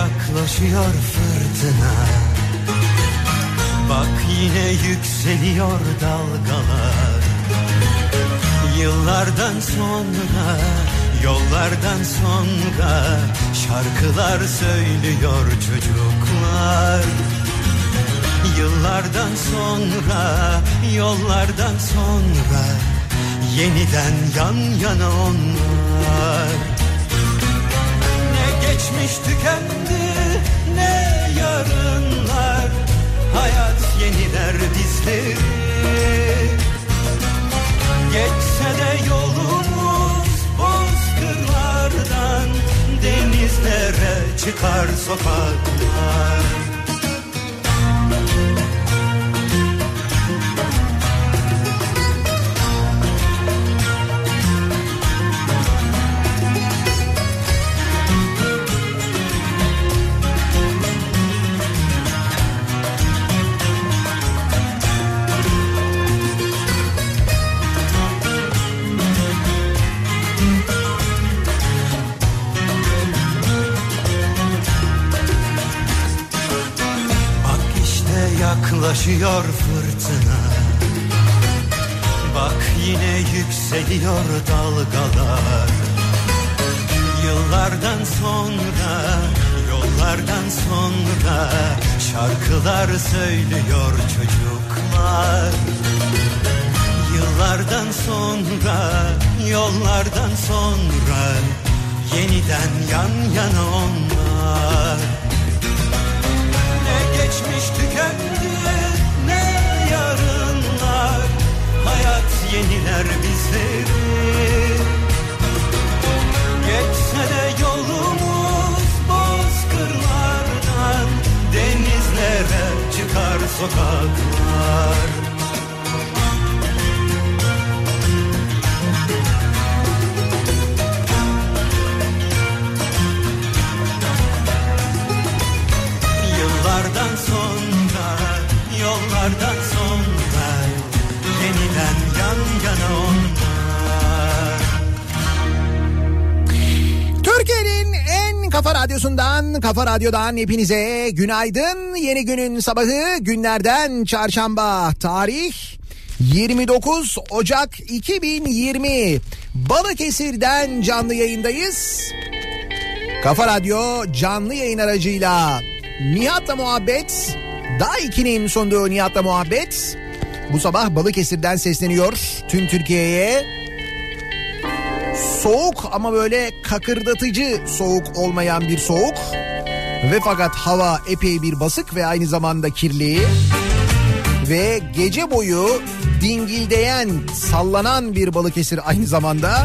yaklaşıyor fırtına. Bak yine yükseliyor dalgalar. Yıllardan sonra, yollardan sonra şarkılar söylüyor çocuklar. Yıllardan sonra, yollardan sonra yeniden yan yana onlar. Ne geçmiş tükendi, ne yarınlar. Hayat yeniler bizleri. Geçse de yolumuz bozkırlardan, denizlere çıkar sokaklar. Yaklaşıyor fırtına. Bak yine yükseliyor dalgalar. Yıllardan sonra, yollardan sonra şarkılar söylüyor çocuklar. Yıllardan sonra, yollardan sonra yeniden yan yana onlar. Ne geçmiş tükendi, ne yarınlar. Hayat yeniler bizleri. Geçse de yolumuz bozkırlardan, denizlere çıkar sokaklar. Yıllardan sonra, yollardan sonra yeniden yan yana onlar. Türkiye'nin en kafa radyosundan, Kafa Radyo'dan hepinize günaydın. Yeni günün sabahı, günlerden çarşamba, tarih 29 Ocak 2020. Balıkesir'den canlı yayındayız. Kafa Radyo canlı yayın aracıyla Nihat'la Muhabbet, Daiki'nin sunduğu Nihat'la Muhabbet bu sabah Balıkesir'den sesleniyor tüm Türkiye'ye. Soğuk ama böyle kakırdatıcı soğuk olmayan bir soğuk ve fakat hava epey bir basık ve aynı zamanda kirli ve gece boyu dingildeyen, sallanan bir Balıkesir aynı zamanda.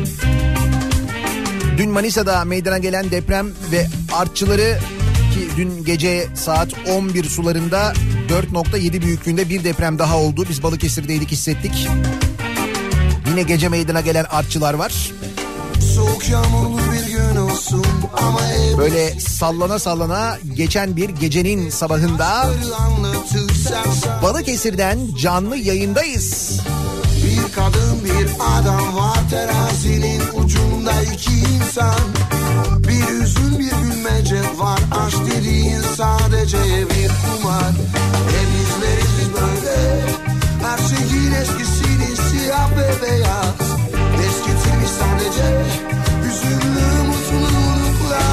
Dün Manisa'da meydana gelen deprem ve artçıları, ki dün gece saat 11 sularında 4.7 büyüklüğünde bir deprem daha oldu. Biz Balıkesir'deydik, hissettik. Yine gece meydana gelen artçılar var. Soğuk yağmurlu bir gün olsun ama böyle sallana sallana geçen bir gecenin sabahında Balıkesir'den canlı yayındayız. Bir kadın bir adam var, terazinin ucunda iki insan. Bir üzüm bir gülmece var, aşk dediğin sadece bir kumar. Hep izleriz biz böyle, her şeyin eskisini, siyah ve beyaz. Eskitilmiş sadece hüzünlü mutluluklar.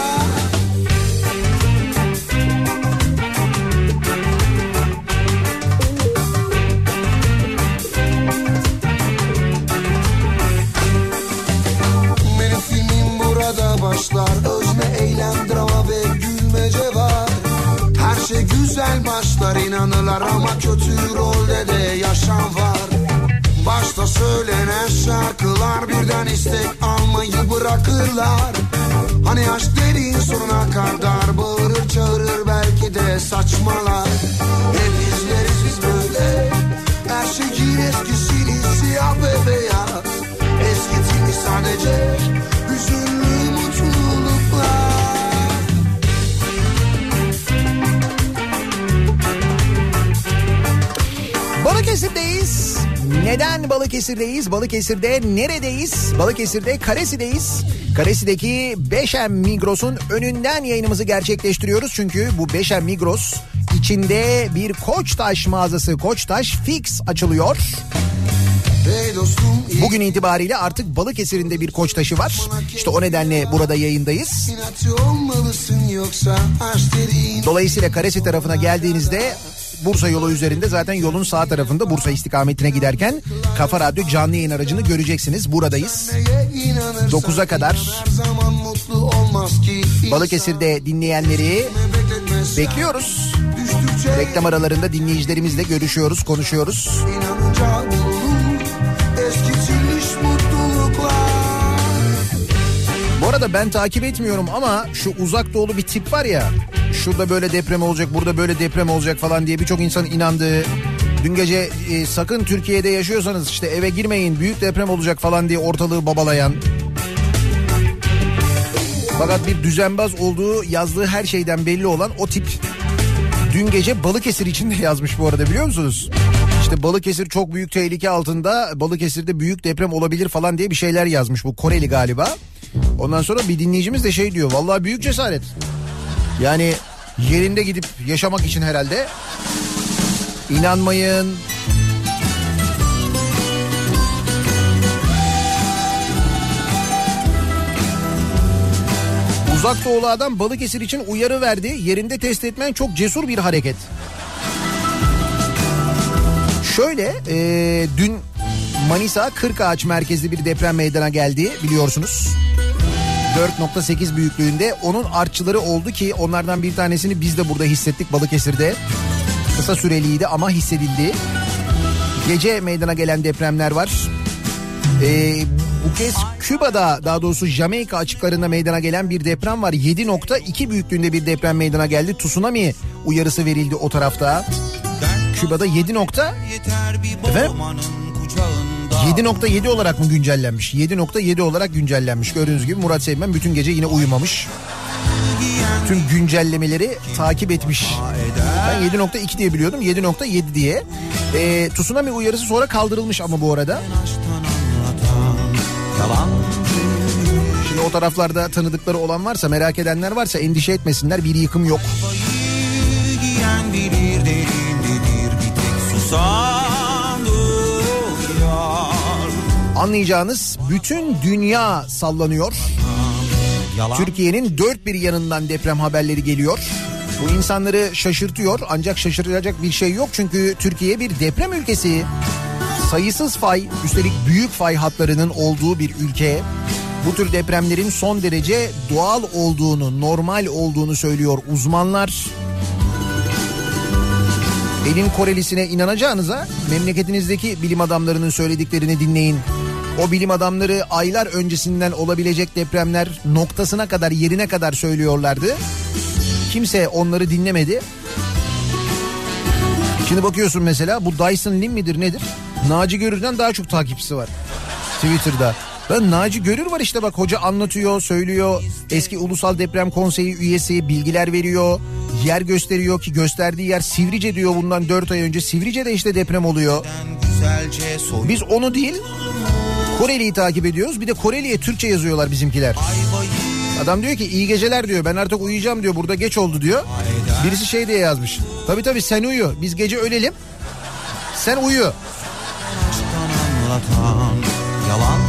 Benim filmim burada başlar, özne, eylem, drama ve gülmece var. Her şey güzel başlar, inanırlar ama kötü rolde de yaşam var. Başta söylenen şarkılar birden istek almayı bırakırlar. Hani aşk dediğin sonuna kadar bağırır çağırır, belki de saçmalar. Hep izleriz biz böyle, her şeyin eskisini, siyah ve beyaz. Eskitilmiş sadece hüzünlü mutluluklar. Balıkesir'deyiz. Neden Balıkesir'deyiz? Balıkesir'de neredeyiz? Balıkesir'de Karesi'deyiz. Karesi'deki Beşem Migros'un önünden yayınımızı gerçekleştiriyoruz. Çünkü bu Beşem Migros içinde bir Koçtaş mağazası, Koçtaş Fix açılıyor. Bugün itibariyle artık Balıkesir'in de bir Koçtaş'ı var. İşte o nedenle burada yayındayız. Dolayısıyla Karesi tarafına geldiğinizde Bursa yolu üzerinde, zaten yolun sağ tarafında Bursa istikametine giderken Kafa Radyo canlı yayın aracını göreceksiniz. Buradayız. 9'a kadar Balıkesir'de dinleyenleri bekliyoruz. Reklam aralarında dinleyicilerimizle görüşüyoruz, konuşuyoruz. Bu arada ben takip etmiyorum ama şu uzak doğulu bir tip var ya, şurada böyle deprem olacak, burada böyle deprem olacak falan diye birçok insanın inandığı, dün gece sakın Türkiye'de yaşıyorsanız işte eve girmeyin, büyük deprem olacak falan diye ortalığı babalayan, fakat bir düzenbaz olduğu yazdığı her şeyden belli olan o tip dün gece Balıkesir için de yazmış bu arada, biliyor musunuz? İşte Balıkesir çok büyük tehlike altında, Balıkesir'de büyük deprem olabilir falan diye bir şeyler yazmış, bu Koreli galiba. Ondan sonra bir dinleyicimiz de şey diyor, vallahi büyük cesaret. Yani yerinde gidip yaşamak için herhalde. İnanmayın. Uzak doğulu adam Balıkesir için uyarı verdi. Yerinde test etmen çok cesur bir hareket. Şöyle dün Manisa Kırkağaç merkezli bir deprem meydana geldi, biliyorsunuz. 4.8 büyüklüğünde, onun artçıları oldu ki onlardan bir tanesini biz de burada hissettik Balıkesir'de. Kısa süreliydi ama hissedildi. Gece meydana gelen depremler var. Bu kez Küba'da, daha doğrusu Jamaika açıklarında meydana gelen bir deprem var. 7.2 büyüklüğünde bir deprem meydana geldi. Tsunami uyarısı verildi o tarafta. Küba'da 7.7 olarak mı güncellenmiş? 7.7 olarak güncellenmiş. Gördüğünüz gibi Murat Seymen bütün gece yine uyumamış. Tüm güncellemeleri takip etmiş. Ben 7.2 diye biliyordum, 7.7 diye. Tsunami uyarısı sonra kaldırılmış ama bu arada. Şimdi o taraflarda tanıdıkları olan varsa, merak edenler varsa endişe etmesinler, bir yıkım yok. Anlayacağınız bütün dünya sallanıyor. Türkiye'nin dört bir yanından deprem haberleri geliyor. Bu insanları şaşırtıyor, ancak şaşıracak bir şey yok çünkü Türkiye bir deprem ülkesi. Sayısız fay, üstelik büyük fay hatlarının olduğu bir ülke. Bu tür depremlerin son derece doğal olduğunu, normal olduğunu söylüyor uzmanlar. Elin Korelisine inanacağınıza memleketinizdeki bilim adamlarının söylediklerini dinleyin. O bilim adamları aylar öncesinden olabilecek depremler noktasına kadar, yerine kadar söylüyorlardı. Kimse onları dinlemedi. Şimdi bakıyorsun mesela, bu Dyson Lim midir nedir? Naci Görür'den daha çok takipçisi var Twitter'da. Ben Naci Görür var işte, bak hoca anlatıyor, söylüyor. Eski Ulusal Deprem Konseyi üyesi, bilgiler veriyor. Yer gösteriyor ki gösterdiği yer Sivrice diyor, bundan 4 ay önce. Sivrice'de işte deprem oluyor. Biz onu değil, Koreli'yi takip ediyoruz. Bir de Koreli'ye Türkçe yazıyorlar bizimkiler. Adam diyor ki iyi geceler diyor, ben artık uyuyacağım diyor, burada geç oldu diyor. Birisi şey diye yazmış. Tabii sen uyu, biz gece ölelim, sen uyu. Yalan.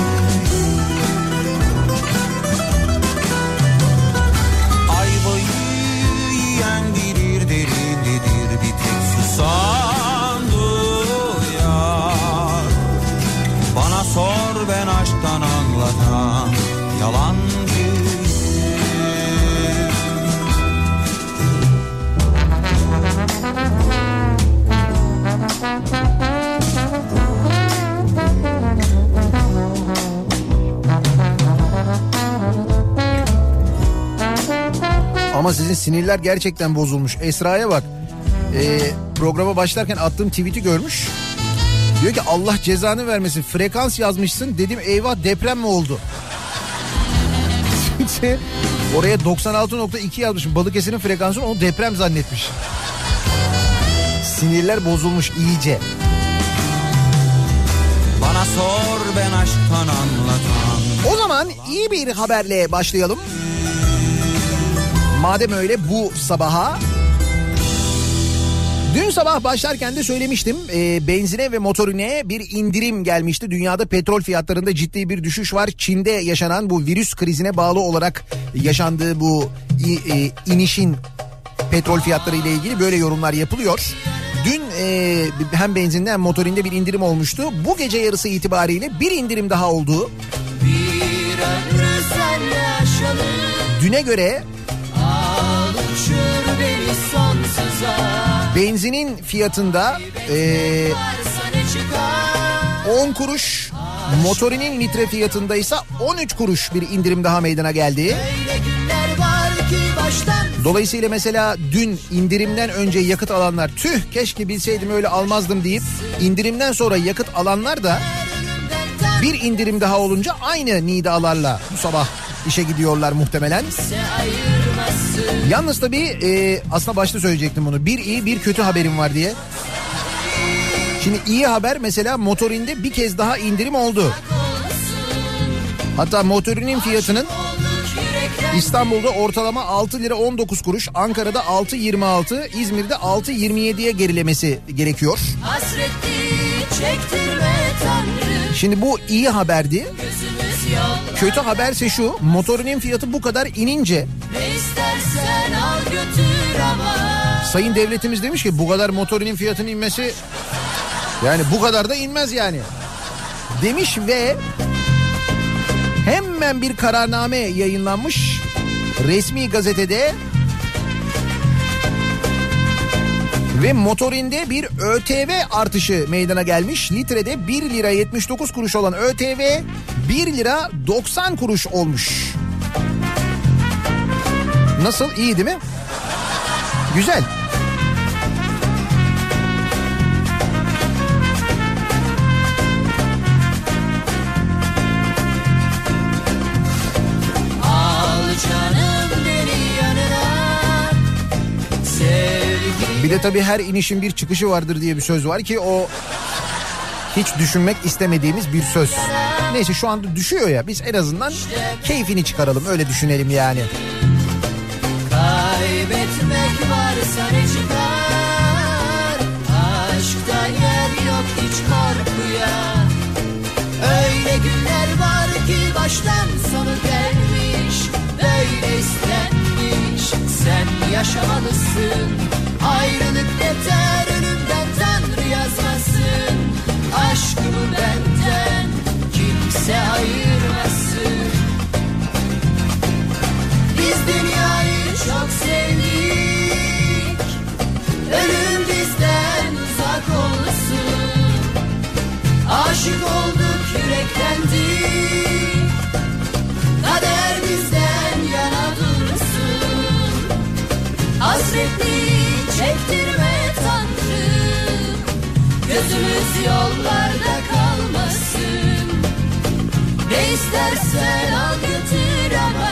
Ayvayı yiyen bilir, derindedir bir tek susan duyar. Bana sor, ben aşktan anlatan yalancı. Ama sizin sinirler gerçekten bozulmuş. Esra'ya bak. Programa başlarken attığım tweet'i görmüş. Diyor ki Allah cezanı vermesin, frekans yazmışsın, dedim eyvah deprem mi oldu? Oraya 96.2 yazmışım, Balıkesir'in frekansını, onu deprem zannetmiş. Bana sor ben aşktan anlatan. O zaman iyi bir haberle başlayalım. Madem öyle bu sabaha. Dün sabah başlarken de söylemiştim, benzine ve motorine bir indirim gelmişti. Dünyada petrol fiyatlarında ciddi bir düşüş var. Çin'de yaşanan bu virüs krizine bağlı olarak yaşandığı bu inişin petrol fiyatları ile ilgili böyle yorumlar yapılıyor. Dün hem benzinde hem motorinde bir indirim olmuştu. Bu gece yarısı itibariyle bir indirim daha oldu. Düne göre benzinin fiyatında 10 kuruş, motorinin litre fiyatında ise 13 kuruş bir indirim daha meydana geldi. Dolayısıyla mesela dün indirimden önce yakıt alanlar, tüh keşke bilseydim öyle almazdım deyip indirimden sonra yakıt alanlar da bir indirim daha olunca aynı nidalarla bu sabah işe gidiyorlar muhtemelen. Yalnız tabii aslında başta söyleyecektim bunu. Bir iyi bir kötü haberim var diye. Şimdi iyi haber, mesela motorinde bir kez daha indirim oldu. Hatta motorinin fiyatının İstanbul'da ortalama 6 lira 19 kuruş, Ankara'da 6.26, İzmir'de 6.27'ye gerilemesi gerekiyor. Şimdi bu iyi haberdi. Kötü haberse şu: motorinin fiyatı bu kadar inince Sayın Devletimiz demiş ki bu kadar motorinin fiyatının inmesi, yani bu kadar da inmez yani demiş ve hemen bir kararname yayınlanmış resmi gazetede ve motorinde bir ÖTV artışı meydana gelmiş. Litrede 1 lira 79 kuruş olan ÖTV 1 lira 90 kuruş olmuş. Nasıl, iyi değil mi? Güzel. Bir de tabii her inişin bir çıkışı vardır diye bir söz var ki o hiç düşünmek istemediğimiz bir söz. Neyse, şu anda düşüyor ya, biz en azından keyfini çıkaralım, öyle düşünelim yani. Kaybetmek varsa ne çıkar? Aşkta yer yok hiç korkuya. Öyle günler var ki baştan sonu gelmiş, böyle istenmiş. Sen yaşamalısın, ayrılık yeter, ölümden Tanrı yazmasın. Aşkımı benden kimse ayırmasın. Biz dünyayı çok sevdik, ölüm bizden uzak olsun. Aşık olduk, yüreklendik, kader bizden yana dursun. Hasretli çektirme Tanrım, gözümüz yollarda kalmasın. Ne istersen al götür ama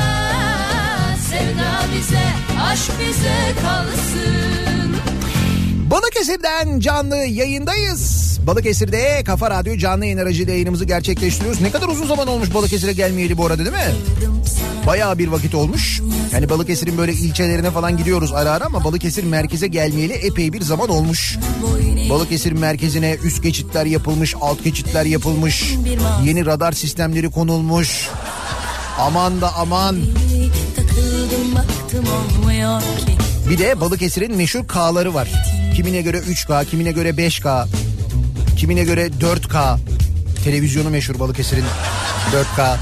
sevda bize, aşk bize kalsın. Balıkesir'den canlı yayındayız. Balıkesir'de Kafa Radyo canlı yayın aracıyla yayınımızı gerçekleştiriyoruz. Ne kadar uzun zaman olmuş Balıkesir'e gelmeyeli bu arada, değil mi? Bayağı bir vakit olmuş. Yani Balıkesir'in böyle ilçelerine falan gidiyoruz ara ara ama Balıkesir merkeze gelmeyeli epey bir zaman olmuş. Balıkesir merkezine üst geçitler yapılmış, alt geçitler yapılmış. Yeni radar sistemleri konulmuş. Aman da aman. Bir de Balıkesir'in meşhur K'ları var. Kimine göre 3K, kimine göre 5K, kimine göre 4K. Televizyonu meşhur Balıkesir'in, 4K.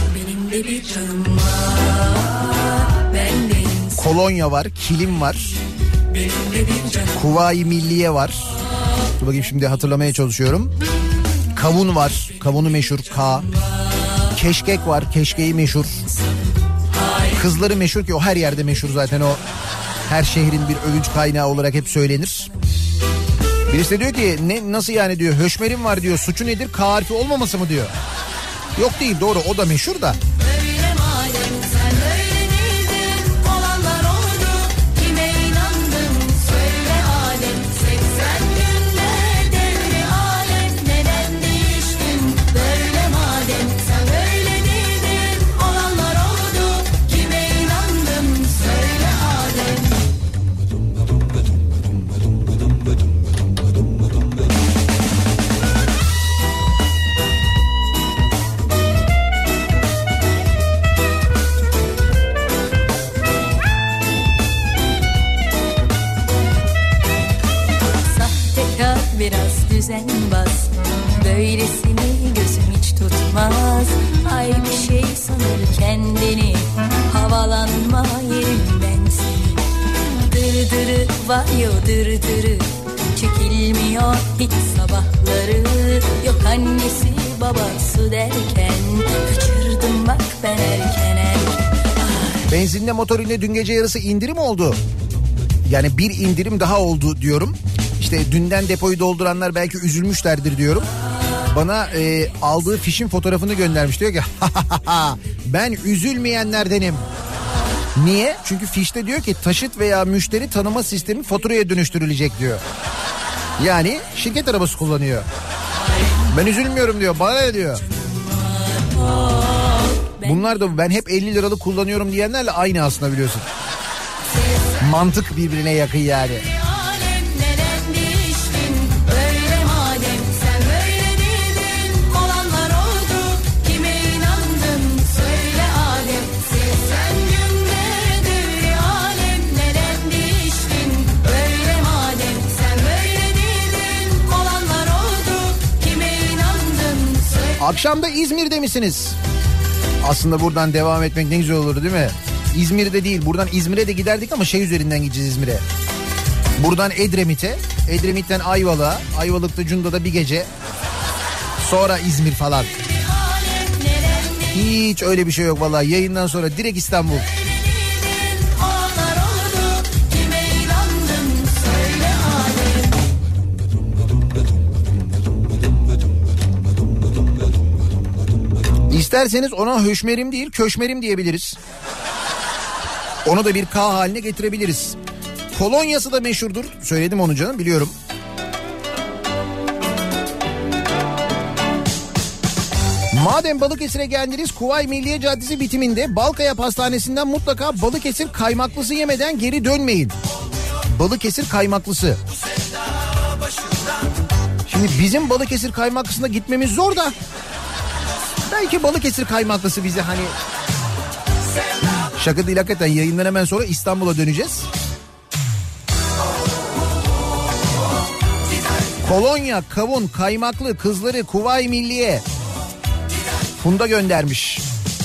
Kolonya var, kilim var. Kuvayi Milliye var. Dur bakayım, şimdi hatırlamaya çalışıyorum. Kavun var, kavunu meşhur K. Keşkek var, keşkeği meşhur. Kızları meşhur ki o her yerde meşhur zaten, o her şehrin bir övünç kaynağı olarak hep söylenir. Birisi de diyor ki ne, nasıl yani diyor, höşmerim var diyor, suçu nedir, K harfi olmaması mı diyor. Yok değil, doğru, o da meşhur da. var ya dırdırı, çekilmiyor hiç sabahları. Yok annesi babası derken, kaçırdım bak ben erken erken. Benzinle motorine dün gece yarısı indirim oldu. Yani bir indirim daha oldu diyorum. İşte dünden depoyu dolduranlar belki üzülmüşlerdir diyorum. Bana aldığı fişin fotoğrafını göndermiş. Diyor ki ben üzülmeyenlerdenim. Niye? Çünkü fişte diyor ki taşıt veya müşteri tanıma sistemi faturaya dönüştürülecek diyor. Yani şirket arabası kullanıyor. Ben üzülmüyorum diyor. Bana ne diyor? Bunlar da ben hep 50 liralık kullanıyorum diyenlerle aynı aslında biliyorsun. Mantık birbirine yakın yani. Akşam da İzmir'de misiniz? Aslında buradan devam etmek ne güzel olur değil mi? İzmir'de değil, buradan İzmir'e de giderdik ama şey üzerinden gideceğiz İzmir'e. Buradan Edremit'e, Edremit'ten Ayvalık'a, Ayvalık'ta Cunda'da bir gece. Sonra İzmir falan. Hiç öyle bir şey yok vallahi. Yayından sonra direkt İstanbul. İsterseniz ona höşmerim değil köşmerim diyebiliriz. Onu da bir K haline getirebiliriz. Kolonyası da meşhurdur. Söyledim onu canım biliyorum. Madem Balıkesir'e geldiniz, Kuvayi Milliye Caddesi bitiminde Balkaya Pastanesi'nden mutlaka Balıkesir kaymaklısı yemeden geri dönmeyin. Balıkesir kaymaklısı. Şimdi bizim Balıkesir kaymaklısına gitmemiz zor da belki Balıkesir kaymaklısı bize hani... Şaka değil hakikaten, yayından hemen sonra İstanbul'a döneceğiz. Kolonya, kavun, kaymaklı, kızları Kuvayi Milliye. Funda göndermiş.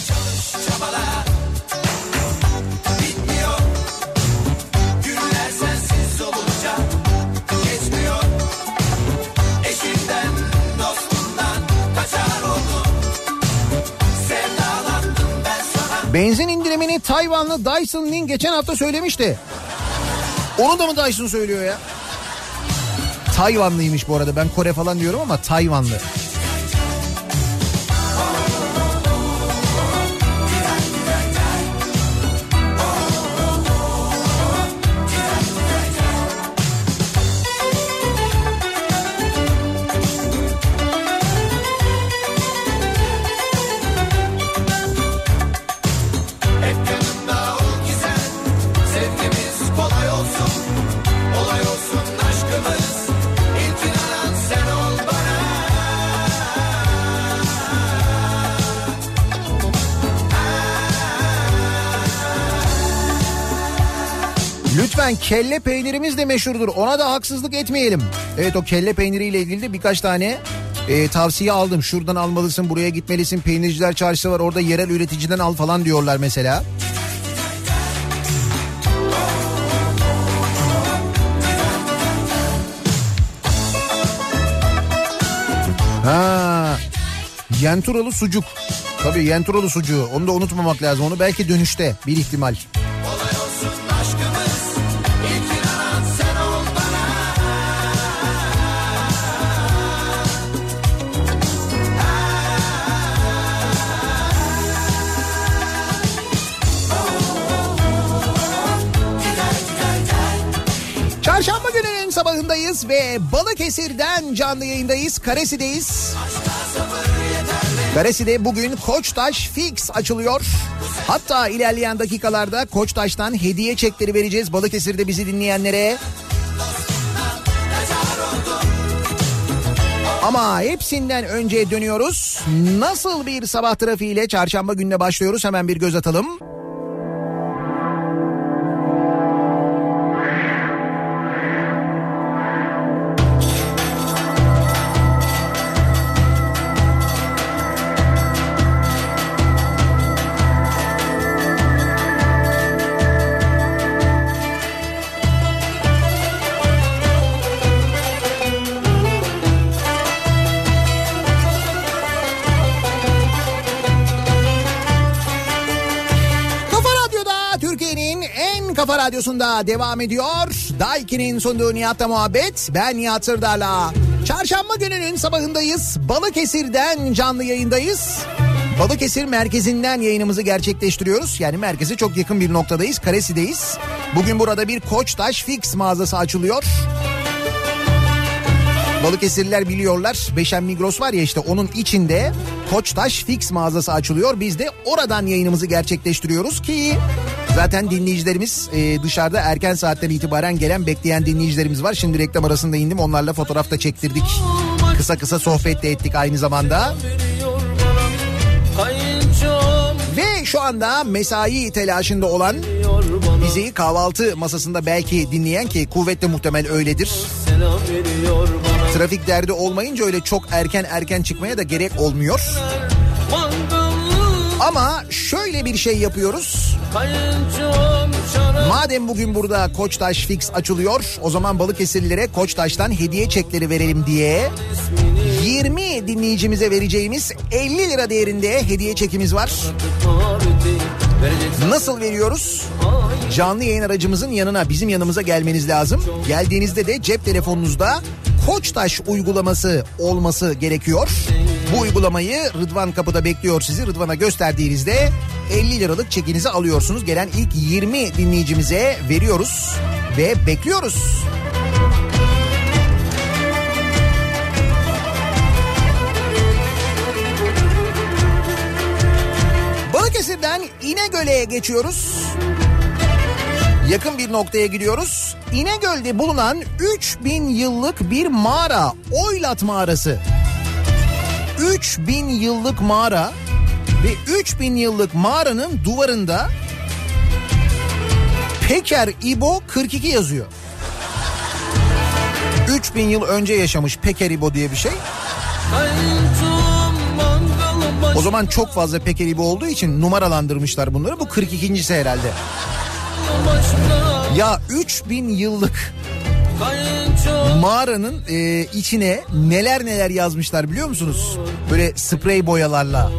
Benzin indirimini Tayvanlı Dyson Ning geçen hafta söylemişti. Onu da mı Dyson söylüyor ya? Tayvanlıymış bu arada. Ben Kore falan diyorum ama Tayvanlı. Lütfen kelle peynirimiz de meşhurdur. Ona da haksızlık etmeyelim. Evet, o kelle peyniriyle ilgili de birkaç tane tavsiye aldım. Şuradan almalısın, buraya gitmelisin. Peynirciler çarşısı var, orada yerel üreticiden al falan diyorlar mesela. Ha, Yenturalı sucuk. Tabii Yenturalı sucuğu. Onu da unutmamak lazım. Onu belki dönüşte bir ihtimal. Çarşamba gününün sabahındayız ve Balıkesir'den canlı yayındayız. Karesi'deyiz. Karesi'de bugün Koçtaş Fix açılıyor. Hatta ilerleyen dakikalarda Koçtaş'tan hediye çekleri vereceğiz Balıkesir'de bizi dinleyenlere. Ama hepsinden önce dönüyoruz. Nasıl bir sabah trafiğiyle çarşamba gününe başlıyoruz? Hemen bir göz atalım. Kafa Radyosu'nda devam ediyor. Daiki'nin sunduğu Nihat'la muhabbet. Ben Nihat Sırdar'la. Çarşamba gününün sabahındayız. Balıkesir'den canlı yayındayız. Balıkesir merkezinden yayınımızı gerçekleştiriyoruz. Yani merkeze çok yakın bir noktadayız. Karesi'deyiz. Bugün burada bir Koçtaş Fix mağazası açılıyor. Balıkesirliler biliyorlar. Beşen Migros var ya, işte onun içinde Koçtaş Fix mağazası açılıyor. Biz de oradan yayınımızı gerçekleştiriyoruz ki zaten dinleyicilerimiz dışarıda erken saatten itibaren gelen bekleyen dinleyicilerimiz var. Şimdi reklam arasında indim, onlarla fotoğraf da çektirdik. Kısa kısa sohbet de ettik aynı zamanda. Ve şu anda mesai telaşında olan, bizi kahvaltı masasında belki dinleyen, ki kuvvetle muhtemel öyledir. Trafik derdi olmayınca öyle çok erken çıkmaya da gerek olmuyor. Ama şöyle bir şey yapıyoruz. Madem bugün burada Koçtaş Fix açılıyor, o zaman Balıkesirlilere Koçtaş'tan hediye çekleri verelim diye 20 dinleyicimize vereceğimiz 50 lira değerinde hediye çekimiz var. Nasıl veriyoruz? Canlı yayın aracımızın yanına, bizim yanımıza gelmeniz lazım. Geldiğinizde de cep telefonunuzda Koçtaş uygulaması olması gerekiyor. Bu uygulamayı Rıdvan kapıda bekliyor sizi. Rıdvan'a gösterdiğinizde 50 liralık çekinizi alıyorsunuz. Gelen ilk 20 dinleyicimize veriyoruz ve bekliyoruz. Balıkesir'den İnegöl'e geçiyoruz. Yakın bir noktaya gidiyoruz. İnegöl'de bulunan 3000 yıllık bir mağara, Oylat Mağarası. 3000 yıllık mağara ve 3000 yıllık mağaranın duvarında Peker İbo 42 yazıyor. 3000 yıl önce yaşamış Peker İbo diye bir şey. O zaman çok fazla Peker İbo olduğu için numaralandırmışlar bunları. Bu 42.'si herhalde. Ya 3000 yıllık mağaranın içine neler yazmışlar biliyor musunuz? Böyle sprey boyalarla.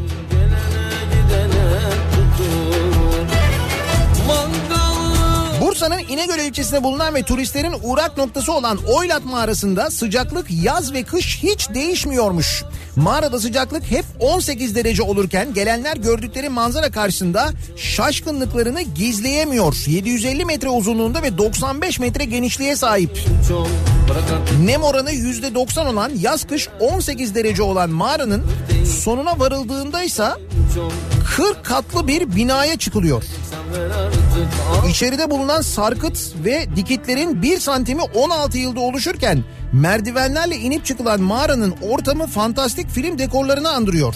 Bursa'nın İnegöl ilçesinde bulunan ve turistlerin uğrak noktası olan Oylat Mağarası'nda sıcaklık yaz ve kış hiç değişmiyormuş. Mağarada sıcaklık hep 18 derece olurken gelenler gördükleri manzara karşısında şaşkınlıklarını gizleyemiyor. 750 metre uzunluğunda ve 95 metre genişliğe sahip. Nem oranı %90 olan, yaz kış 18 derece olan mağaranın sonuna varıldığında ise 40 katlı bir binaya çıkılıyor. İçeride bulunan sarkıt ve dikitlerin 1 santimi 16 yılda oluşurken merdivenlerle inip çıkılan mağaranın ortamı fantastik film dekorlarını andırıyor.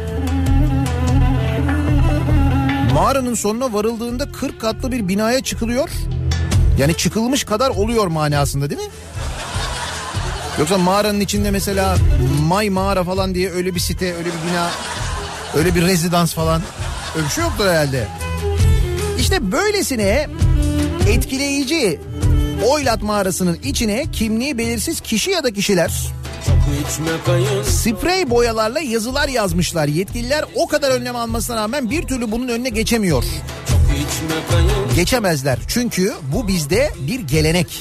Mağaranın sonuna varıldığında 40 katlı bir binaya çıkılıyor. Yani çıkılmış kadar oluyor manasında, değil mi? Yoksa mağaranın içinde mesela May Mağara falan diye öyle bir site, öyle bir bina, öyle bir rezidans falan, öyle bir şey yoktur herhalde. İşte böylesine etkileyici Oylat Mağarası'nın içine kimliği belirsiz kişi ya da kişiler sprey boyalarla yazılar yazmışlar. Yetkililer o kadar önlem almasına rağmen bir türlü bunun önüne geçemiyor. Geçemezler çünkü bu bizde bir gelenek.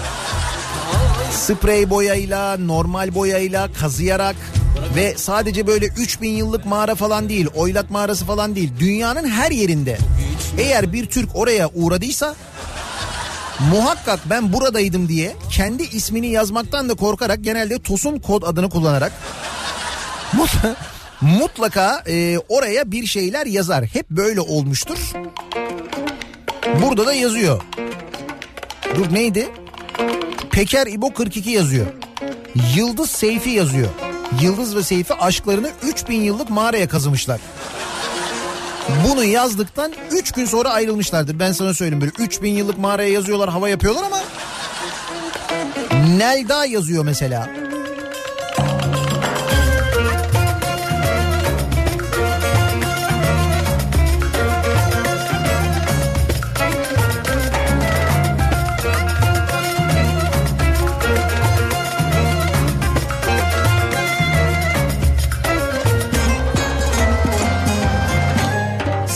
Sprey boyayla, normal boyayla, kazıyarak ve sadece böyle 3000 yıllık mağara falan değil, Oylat Mağarası falan değil, dünyanın her yerinde eğer bir Türk oraya uğradıysa muhakkak ben buradaydım diye kendi ismini yazmaktan da korkarak, genelde Tosun kod adını kullanarak mutlaka oraya bir şeyler yazar. Hep böyle olmuştur. Burada da yazıyor. Dur neydi? Peker İbo 42 yazıyor. Yıldız Seyfi yazıyor. Yıldız ve Seyfi aşklarını 3000 yıllık mağaraya kazımışlar. Bunu yazdıktan 3 gün sonra ayrılmışlardır. Ben sana söyleyeyim, böyle 3000 yıllık mağaraya yazıyorlar, hava yapıyorlar ama Nelda yazıyor mesela.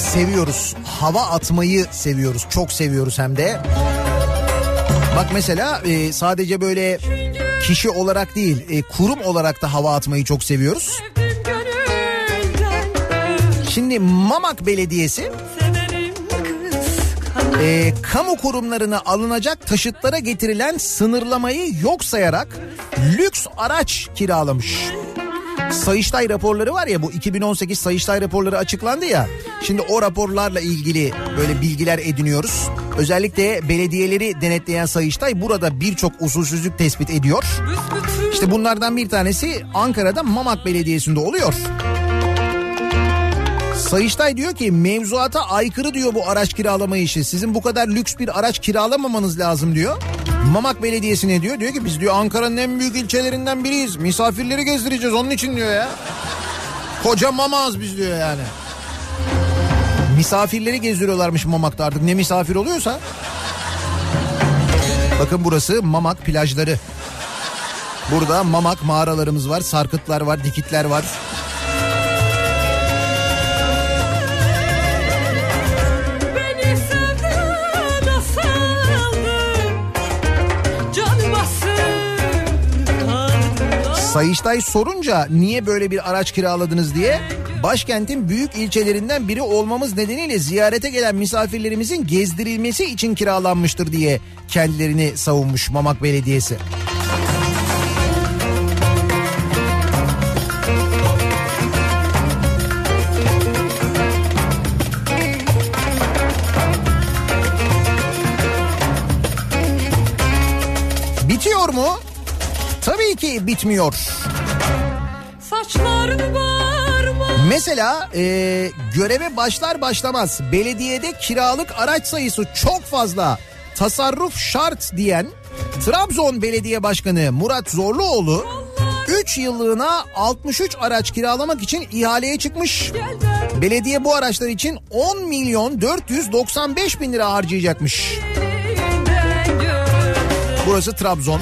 seviyoruz. Hava atmayı seviyoruz. Çok seviyoruz hem de. Bak mesela sadece böyle kişi olarak değil, kurum olarak da hava atmayı çok seviyoruz. Şimdi Mamak Belediyesi kamu kurumlarına alınacak taşıtlara getirilen sınırlamayı yok sayarak lüks araç kiralamış. Sayıştay raporları var ya, bu 2018 Sayıştay raporları açıklandı ya. Şimdi o raporlarla ilgili böyle bilgiler ediniyoruz. Özellikle belediyeleri denetleyen Sayıştay burada birçok usulsüzlük tespit ediyor. İşte bunlardan bir tanesi Ankara'da Mamak Belediyesi'nde oluyor. Sayıştay diyor ki mevzuata aykırı diyor bu araç kiralama işi. Sizin bu kadar lüks bir araç kiralamamanız lazım diyor. Mamak Belediyesi ne diyor? Diyor ki biz diyor Ankara'nın en büyük ilçelerinden biriyiz. Misafirleri gezdireceğiz onun için diyor ya. Koca Mamaz biz diyor yani. Misafirleri gezdiriyorlarmış Mamak'ta, artık ne misafir oluyorsa. Bakın burası Mamak plajları. Burada Mamak mağaralarımız var, sarkıtlar var, dikitler var. Sayıştay sorunca niye böyle bir araç kiraladınız diye, başkentin büyük ilçelerinden biri olmamız nedeniyle ziyarete gelen misafirlerimizin gezdirilmesi için kiralanmıştır diye kendilerini savunmuş Mamak Belediyesi. Bitiyor mu? Tabii ki bitmiyor. Mesela göreve başlar başlamaz belediyede kiralık araç sayısı çok fazla, tasarruf şart diyen Trabzon Belediye Başkanı Murat Zorluoğlu 3 yıllığına 63 araç kiralamak için ihaleye çıkmış. Belediye bu araçlar için 10 milyon 495 bin lira harcayacakmış. Burası Trabzon.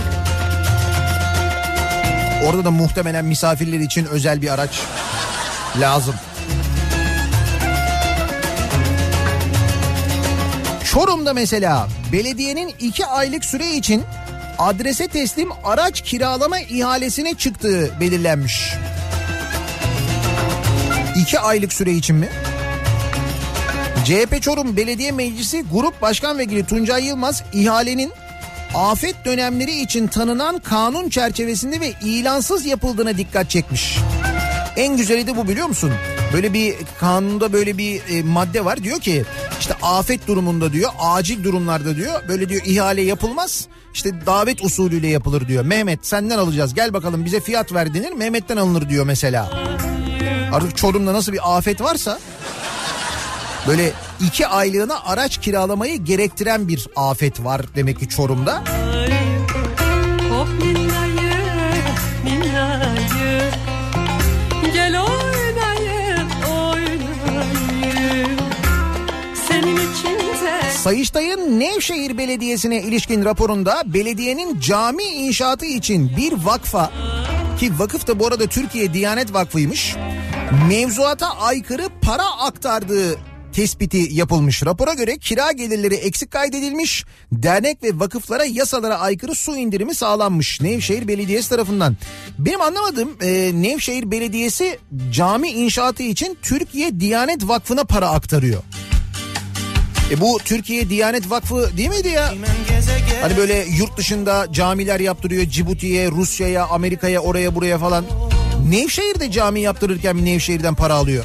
Orada da muhtemelen misafirler için özel bir araç lazım. Çorum'da mesela belediyenin 2 aylık süre için adrese teslim araç kiralama ihalesine çıktığı belirlenmiş. 2 aylık süre için mi? CHP Çorum Belediye Meclisi Grup Başkan Vekili Tuncay Yılmaz ihalenin afet dönemleri için tanınan kanun çerçevesinde ve ilansız yapıldığına dikkat çekmiş. En güzeli de bu, biliyor musun? Böyle bir kanunda böyle bir madde var, diyor ki işte afet durumunda diyor, acil durumlarda diyor böyle diyor ihale yapılmaz, işte davet usulüyle yapılır diyor. Mehmet senden alacağız, gel bakalım bize fiyat ver denir, Mehmet'ten alınır diyor mesela. Artık Çorum'da nasıl bir afet varsa böyle 2 aylığına araç kiralamayı gerektiren bir afet var demek ki Çorum'da. Sayıştay'ın Nevşehir Belediyesi'ne ilişkin raporunda belediyenin cami inşaatı için bir vakfa, ki vakıf da bu arada Türkiye Diyanet Vakfı'ymış, mevzuata aykırı para aktardığı tespiti yapılmış. Rapora göre kira gelirleri eksik kaydedilmiş, dernek ve vakıflara yasalara aykırı su indirimi sağlanmış Nevşehir Belediyesi tarafından. Benim anlamadığım Nevşehir Belediyesi cami inşaatı için Türkiye Diyanet Vakfı'na para aktarıyor. Bu Türkiye Diyanet Vakfı değil miydi ya? Hani böyle yurt dışında camiler yaptırıyor, Cibuti'ye, Rusya'ya, Amerika'ya, oraya buraya falan. Nevşehir'de cami yaptırırken Nevşehir'den para alıyor.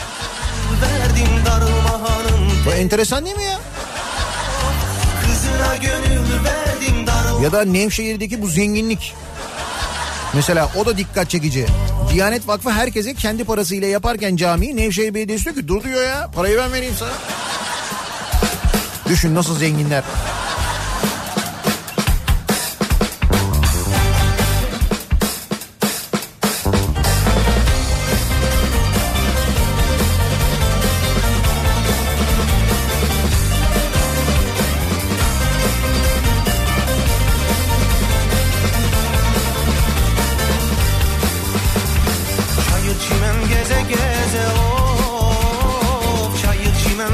Bu enteresan değil mi ya? Ya da Nevşehir'deki bu zenginlik. Mesela o da dikkat çekici. Diyanet Vakfı herkese kendi parasıyla yaparken camiyi, Nevşehir Belediyesi diyor ki dur diyor ya, parayı ben vereyim sana. Düşün nasıl zenginler.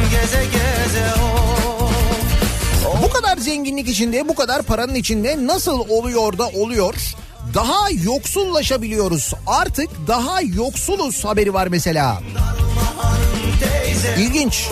geze geze Bu kadar zenginlik içinde, bu kadar paranın içinde nasıl oluyor da oluyor? Daha yoksullaşabiliyoruz. Artık daha yoksuluz haberi var mesela. İlginç.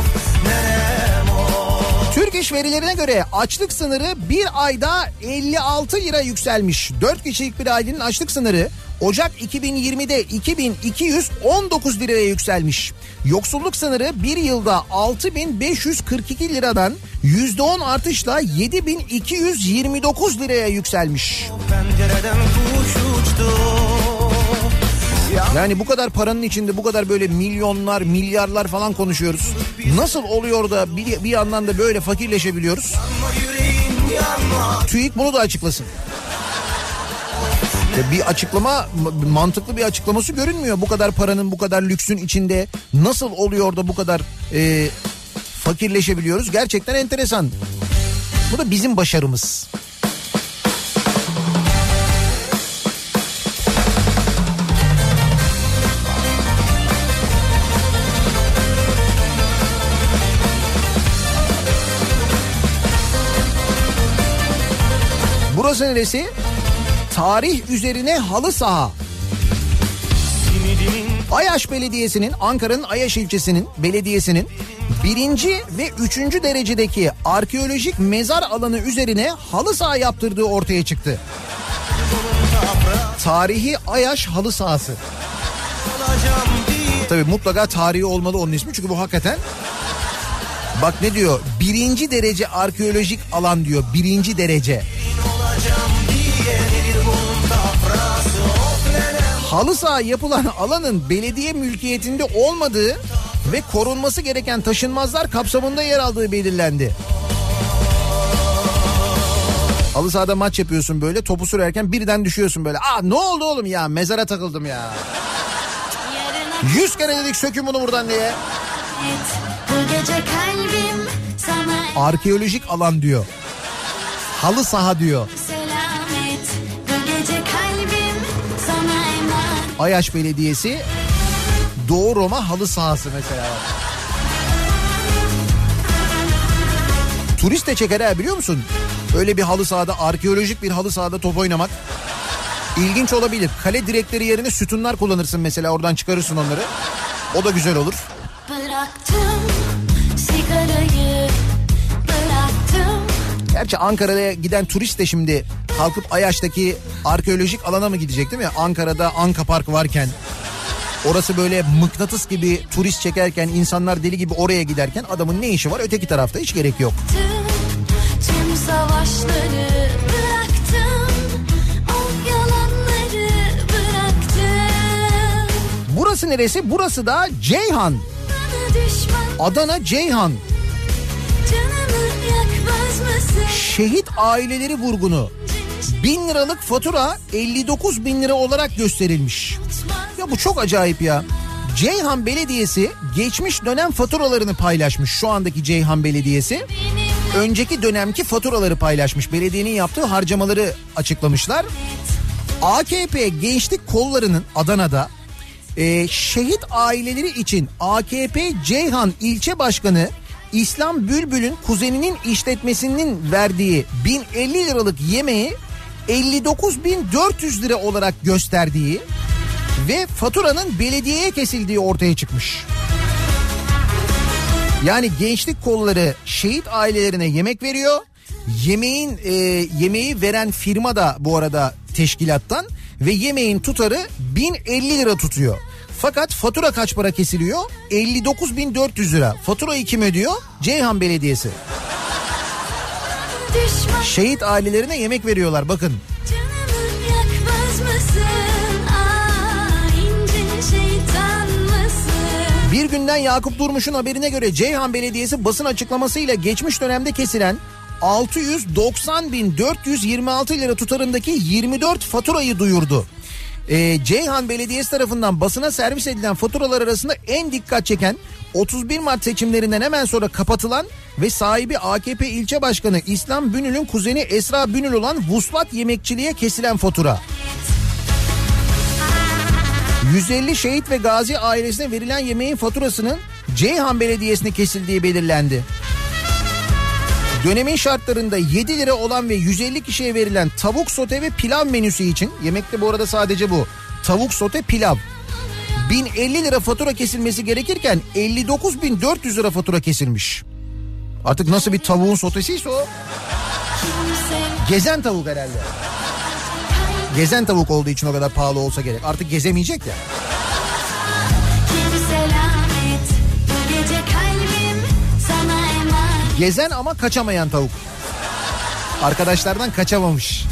Türk İş verilerine göre açlık sınırı bir ayda 56 lira yükselmiş. 4 kişilik bir ailenin açlık sınırı Ocak 2020'de 2219 liraya yükselmiş. Yoksulluk sınırı bir yılda 6542 liradan %10 artışla 7229 liraya yükselmiş. pencereden kuş uçtu. Yani bu kadar paranın içinde bu kadar böyle milyonlar, milyarlar falan konuşuyoruz. Nasıl oluyor da bir yandan da böyle fakirleşebiliyoruz? TÜİK bunu da açıklasın. Bir açıklama, mantıklı bir açıklaması görünmüyor. Bu kadar paranın, bu kadar lüksün içinde nasıl oluyor da bu kadar fakirleşebiliyoruz? Gerçekten enteresan. Bu da bizim başarımız. Burası neresi? Tarih üzerine halı saha. Ayaş Belediyesi'nin, Ankara'nın Ayaş ilçesinin belediyesinin 1. ve 3. derecedeki arkeolojik mezar alanı üzerine halı saha yaptırdığı ortaya çıktı. Tarihi Ayaş halı sahası. Tabii mutlaka tarihi olmalı onun ismi, çünkü bu hakikaten... Bak ne diyor? 1. derece arkeolojik alan diyor. 1. derece. Halı saha yapılan alanın belediye mülkiyetinde olmadığı ve korunması gereken taşınmazlar kapsamında yer aldığı belirlendi. Halı sahada maç yapıyorsun böyle, topu sürerken birden düşüyorsun böyle. Aa ne oldu oğlum ya, mezara takıldım ya. 100 kere dedik sökün bunu buradan diye. Bu gece kalbim sana Arkeolojik alan diyor. Halı saha diyor. selamet. Bu gece kalbim sana emanet. Ayaş Belediyesi Doğu Roma halı sahası mesela. Turist de çeker ha, biliyor musun? Öyle bir halı sahada, arkeolojik bir halı sahada top oynamak ilginç olabilir. Kale direkleri yerine sütunlar kullanırsın mesela, oradan çıkarırsın onları. O da güzel olur. Bıraktım sigarayı, bıraktım. Gerçi Ankara'ya giden turist de şimdi kalkıp Ayaş'taki arkeolojik alana mı gidecek değil mi? Ankara'da Anka Park varken, orası böyle mıknatıs gibi turist çekerken, insanlar deli gibi oraya giderken adamın ne işi var öteki tarafta? Hiç gerek yok. Tüm savaşları bıraktım, o yalanları bıraktım. Burası neresi? Burası da Ceyhan. Bana düşman Adana Ceyhan. canımı yakmaz mısın? Şehit aileleri vurgunu. 1000 liralık fatura 59 bin lira olarak gösterilmiş. Ya bu çok acayip ya. Ceyhan Belediyesi geçmiş dönem faturalarını paylaşmış. Şu andaki Ceyhan Belediyesi önceki dönemki faturaları paylaşmış. Belediyenin yaptığı harcamaları açıklamışlar. AKP Gençlik Kolları'nın Adana'da şehit aileleri için AKP Ceyhan İlçe Başkanı İslam Bülbül'ün kuzeninin işletmesinin verdiği 1050 liralık yemeği 59.400 lira olarak gösterdiği ve faturanın belediyeye kesildiği ortaya çıkmış. Yani gençlik kolları şehit ailelerine yemek veriyor. Yemeği veren firma da bu arada teşkilattan ve yemeğin tutarı 1050 lira tutuyor. Fakat fatura kaç para kesiliyor? 59.400 lira. Faturayı kim ödüyor? Ceyhan Belediyesi. Düşman Şehit ailelerine yemek veriyorlar bakın. canımı yakmaz mısın? İnce şeytan mısın? Bir günden Yakup Durmuş'un haberine göre Ceyhan Belediyesi basın açıklamasıyla geçmiş dönemde kesilen 690.426 lira tutarındaki 24 faturayı duyurdu. Ceyhan Belediyesi tarafından basına servis edilen faturalar arasında en dikkat çeken 31 Mart seçimlerinden hemen sonra kapatılan ve sahibi AKP ilçe başkanı İslam Bünül'ün kuzeni Esra Bünül olan Vuslat Yemekçiliğe kesilen fatura. 150 şehit ve gazi ailesine verilen yemeğin faturasının Ceyhan Belediyesi'ne kesildiği belirlendi. Dönemin şartlarında 7 lira olan ve 150 kişiye verilen tavuk sote ve pilav menüsü için, yemekte bu arada sadece bu, tavuk sote pilav, 1050 lira fatura kesilmesi gerekirken 59.400 lira fatura kesilmiş. Artık nasıl bir tavuğun sotesiyse o. Gezen tavuk herhalde. Gezen tavuk olduğu için o kadar pahalı olsa gerek. Artık gezemeyecek ya. Gezen ama kaçamayan tavuk. Arkadaşlardan kaçamamış.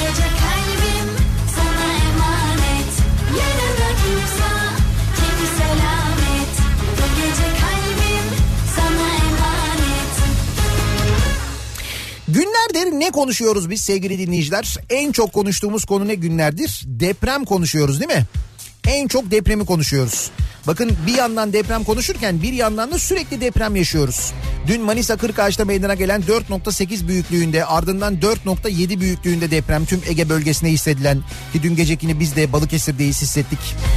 Günlerdir ne konuşuyoruz biz sevgili dinleyiciler? En çok konuştuğumuz konu ne günlerdir? Deprem konuşuyoruz değil mi? En çok depremi konuşuyoruz. Bakın bir yandan deprem konuşurken bir yandan da sürekli deprem yaşıyoruz. Dün Manisa Kırkağaç'ta meydana gelen 4.8 büyüklüğünde, ardından 4.7 büyüklüğünde deprem tüm Ege bölgesine hissedilen, ki dün gecekini biz de Balıkesir'deyiz, hissettik.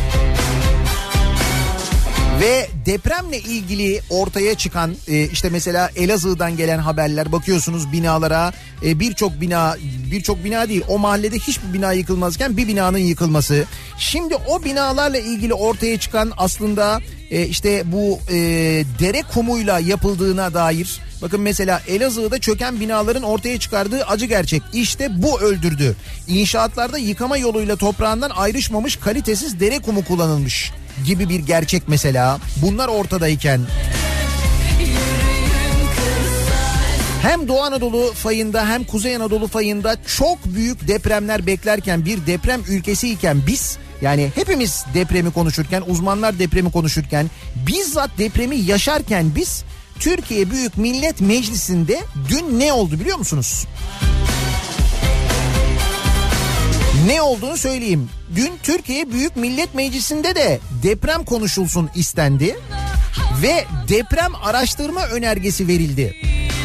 Ve depremle ilgili ortaya çıkan işte mesela Elazığ'dan gelen haberler, bakıyorsunuz binalara, birçok bina değil, o mahallede hiçbir bina yıkılmazken bir binanın yıkılması. Şimdi o binalarla ilgili ortaya çıkan aslında işte bu dere kumuyla yapıldığına dair, bakın mesela Elazığ'da çöken binaların ortaya çıkardığı acı gerçek. İşte bu öldürdü. İnşaatlarda yıkama yoluyla toprağından ayrışmamış kalitesiz dere kumu kullanılmış gibi bir gerçek mesela. Bunlar ortadayken hem Doğu Anadolu fayında hem Kuzey Anadolu fayında çok büyük depremler beklerken, bir deprem ülkesiyken biz, yani hepimiz depremi konuşurken, uzmanlar depremi konuşurken, bizzat depremi yaşarken biz, Türkiye Büyük Millet Meclisi'nde dün ne oldu biliyor musunuz? Ne olduğunu söyleyeyim. Dün Türkiye Büyük Millet Meclisi'nde de deprem konuşulsun istendi ve deprem araştırma önergesi verildi.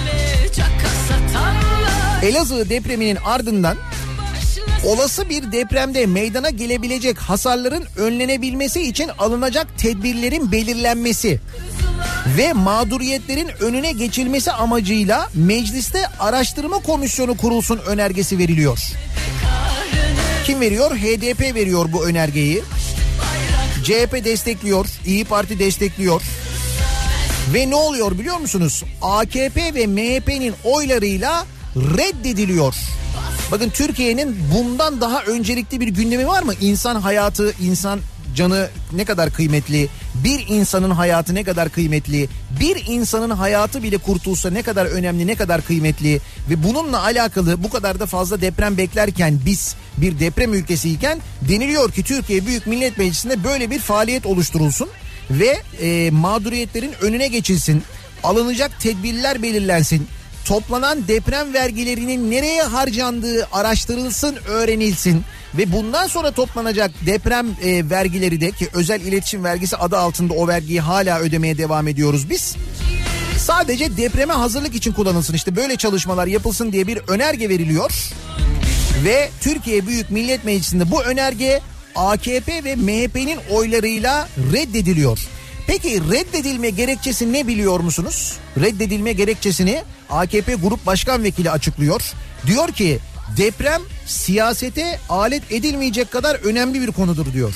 Elazığ depreminin ardından olası bir depremde meydana gelebilecek hasarların önlenebilmesi için alınacak tedbirlerin belirlenmesi ve mağduriyetlerin önüne geçilmesi amacıyla mecliste araştırma komisyonu kurulsun önergesi veriliyor. Kim veriyor? HDP veriyor bu önergeyi. CHP destekliyor, İYİ Parti destekliyor. Ve ne oluyor biliyor musunuz? AKP ve MHP'nin oylarıyla reddediliyor. Bakın Türkiye'nin bundan daha öncelikli bir gündemi var mı? İnsan hayatı, insan canı ne kadar kıymetli, bir insanın hayatı ne kadar kıymetli, bir insanın hayatı bile kurtulsa ne kadar önemli, ne kadar kıymetli ve bununla alakalı bu kadar da fazla deprem beklerken, biz bir deprem ülkesiyken deniliyor ki Türkiye Büyük Millet Meclisi'nde böyle bir faaliyet oluşturulsun ve mağduriyetlerin önüne geçilsin, alınacak tedbirler belirlensin, toplanan deprem vergilerinin nereye harcandığı araştırılsın, öğrenilsin ve bundan sonra toplanacak deprem vergileri de, ki özel iletişim vergisi adı altında o vergiyi hala ödemeye devam ediyoruz biz, sadece depreme hazırlık için kullanılsın, işte böyle çalışmalar yapılsın diye bir önerge veriliyor ve Türkiye Büyük Millet Meclisi'nde bu önerge AKP ve MHP'nin oylarıyla reddediliyor. Peki reddedilme gerekçesi ne biliyor musunuz? Reddedilme gerekçesini AKP Grup Başkan Vekili açıklıyor. Diyor ki deprem siyasete alet edilmeyecek kadar önemli bir konudur diyor.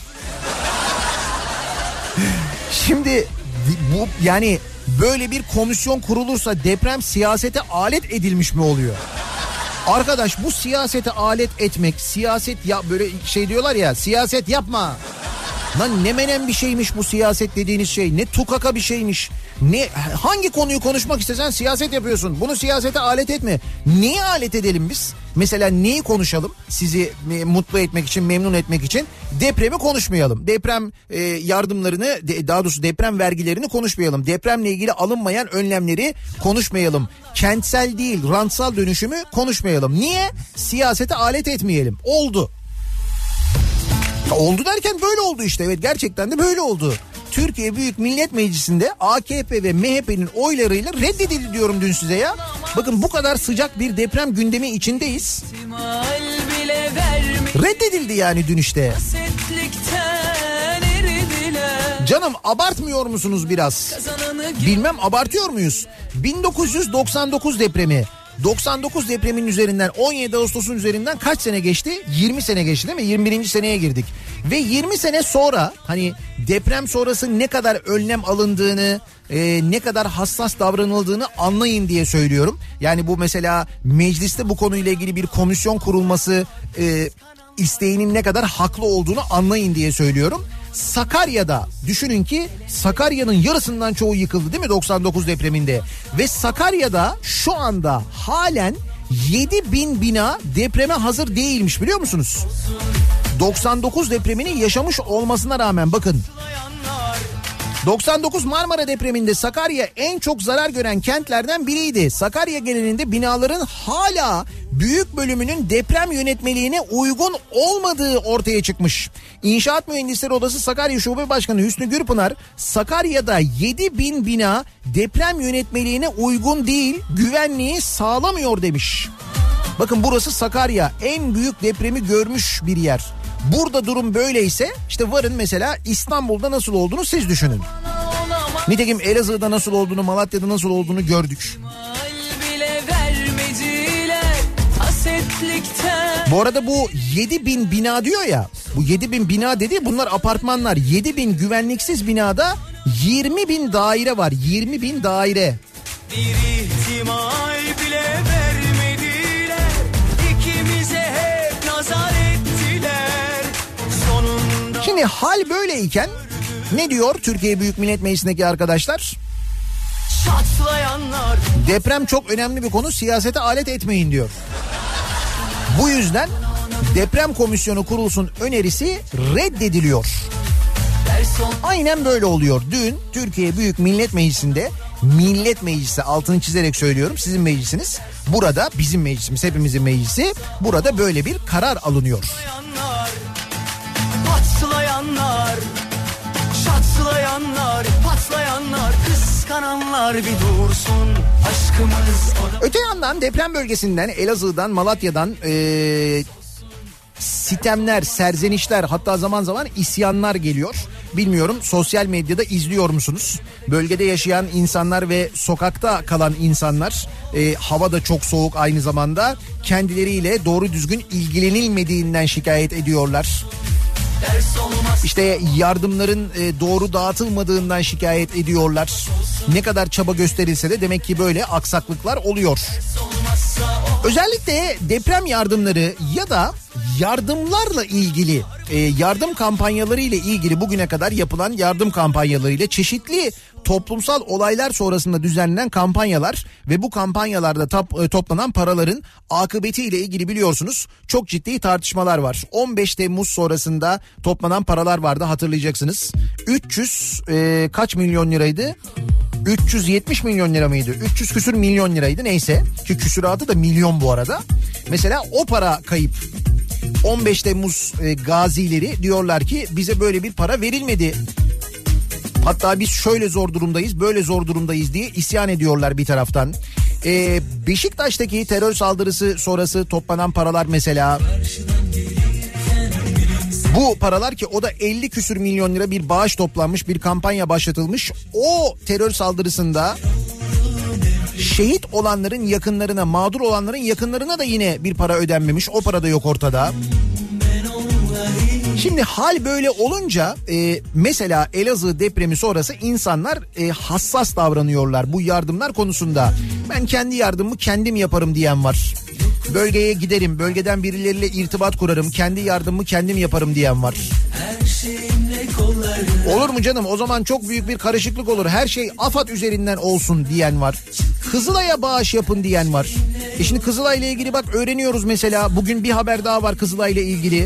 Şimdi bu, yani böyle bir komisyon kurulursa deprem siyasete alet edilmiş mi oluyor? Arkadaş, bu siyasete alet etmek, siyaset ya, böyle şey diyorlar ya, siyaset yapma. Lan ne menen bir şeymiş bu siyaset dediğiniz şey, ne tukaka bir şeymiş. Ne, hangi konuyu konuşmak istesen siyaset yapıyorsun. Bunu siyasete alet etme. Niye alet edelim biz? Mesela neyi konuşalım? Sizi mutlu etmek için, memnun etmek için depremi konuşmayalım. Deprem yardımlarını, daha doğrusu deprem vergilerini konuşmayalım. Depremle ilgili alınmayan önlemleri konuşmayalım. Kentsel değil, rantsal dönüşümü konuşmayalım. Niye? Siyasete alet etmeyelim. Oldu. Oldu derken böyle oldu işte. Evet, gerçekten de böyle oldu. Türkiye Büyük Millet Meclisi'nde AKP ve MHP'nin oylarıyla reddedildi diyorum dün size ya. Bakın bu kadar sıcak bir deprem gündemi içindeyiz. Reddedildi yani dün işte. Canım abartmıyor musunuz biraz? Bilmem abartıyor muyuz? 1999 depremi. 99 depremin üzerinden 17 Ağustos'un üzerinden kaç sene geçti? 20 sene geçti değil mi? 21. seneye girdik. Ve 20 sene sonra hani deprem sonrası ne kadar önlem alındığını, ne kadar hassas davranıldığını anlayın diye söylüyorum. Yani bu mesela mecliste bu konuyla ilgili bir komisyon kurulması isteğinin ne kadar haklı olduğunu anlayın diye söylüyorum. Sakarya'da düşünün ki Sakarya'nın yarısından çoğu yıkıldı değil mi 99 depreminde? Ve Sakarya'da şu anda halen 7.000 bina depreme hazır değilmiş biliyor musunuz? 99 depremini yaşamış olmasına rağmen bakın. 99 Marmara depreminde Sakarya en çok zarar gören kentlerden biriydi. Sakarya genelinde binaların hala büyük bölümünün deprem yönetmeliğine uygun olmadığı ortaya çıkmış. İnşaat Mühendisleri Odası Sakarya Şube Başkanı Hüsnü Gürpınar, Sakarya'da 7.000 bina deprem yönetmeliğine uygun değil, güvenliği sağlamıyor demiş. Bakın burası Sakarya, en büyük depremi görmüş bir yer. Burada durum böyleyse işte varın mesela İstanbul'da nasıl olduğunu siz düşünün. Nitekim Elazığ'da nasıl olduğunu, Malatya'da nasıl olduğunu gördük. Bu arada bu 7.000 bina diyor ya, bu 7.000 bina dedi, bunlar apartmanlar. 7.000 güvenliksiz binada 20.000 daire var, 20.000 daire. Bir ihtimal bile vermediler, ikimize hep nazar ettiler. Sonunda... Şimdi hal böyleyken ne diyor Türkiye Büyük Millet Meclisi'ndeki arkadaşlar? Çatlayanlar... Deprem çok önemli bir konu, siyasete alet etmeyin diyor. Bu yüzden deprem komisyonu kurulsun önerisi reddediliyor. Aynen böyle oluyor. Dün Türkiye Büyük Millet Meclisi'nde, Millet Meclisi altını çizerek söylüyorum, sizin meclisiniz. Burada bizim meclisimiz, hepimizin meclisi, burada böyle bir karar alınıyor. Patlayanlar, çatlayanlar, patlayanlar, kıskananlar bir dursun aşkımız. Öte yandan deprem bölgesinden, Elazığ'dan, Malatya'dan sitemler, serzenişler, hatta zaman zaman isyanlar geliyor. Bilmiyorum, sosyal medyada izliyor musunuz? Bölgede yaşayan insanlar ve sokakta kalan insanlar, hava da çok soğuk aynı zamanda, kendileriyle doğru düzgün ilgilenilmediğinden şikayet ediyorlar. İşte yardımların doğru dağıtılmadığından şikayet ediyorlar. Ne kadar çaba gösterilse de demek ki böyle aksaklıklar oluyor. Özellikle deprem yardımları ya da yardımlarla ilgili, yardım kampanyaları ile ilgili bugüne kadar yapılan yardım kampanyalarıyla çeşitli toplumsal olaylar sonrasında düzenlenen kampanyalar ve bu kampanyalarda toplanan paraların akıbetiyle ilgili biliyorsunuz çok ciddi tartışmalar var. 15 Temmuz sonrasında toplanan paralar vardı, hatırlayacaksınız. 300 kaç milyon liraydı? 370 milyon lira mıydı? 300 küsür milyon liraydı, neyse. Ki küsuratı da milyon bu arada. Mesela o para kayıp. 15 Temmuz gazileri diyorlar ki bize böyle bir para verilmedi. Hatta biz şöyle zor durumdayız, böyle zor durumdayız diye isyan ediyorlar bir taraftan. Beşiktaş'taki terör saldırısı sonrası toplanan paralar mesela. Bu paralar ki o da 50 küsür milyon lira bir bağış toplanmış, bir kampanya başlatılmış. O terör saldırısında şehit olanların yakınlarına, mağdur olanların yakınlarına da yine bir para ödenmemiş. O para da yok ortada. Şimdi hal böyle olunca mesela Elazığ depremi sonrası insanlar hassas davranıyorlar bu yardımlar konusunda. Ben kendi yardımımı kendim yaparım diyen var. Bölgeye giderim, bölgeden birileriyle irtibat kurarım, kendi yardımımı kendim yaparım diyen var. Olur mu canım, o zaman çok büyük bir karışıklık olur, her şey AFAD üzerinden olsun diyen var. Kızılay'a bağış yapın diyen var. Şimdi Kızılay'la ilgili bak öğreniyoruz mesela, bugün bir haber daha var Kızılay'la ilgili.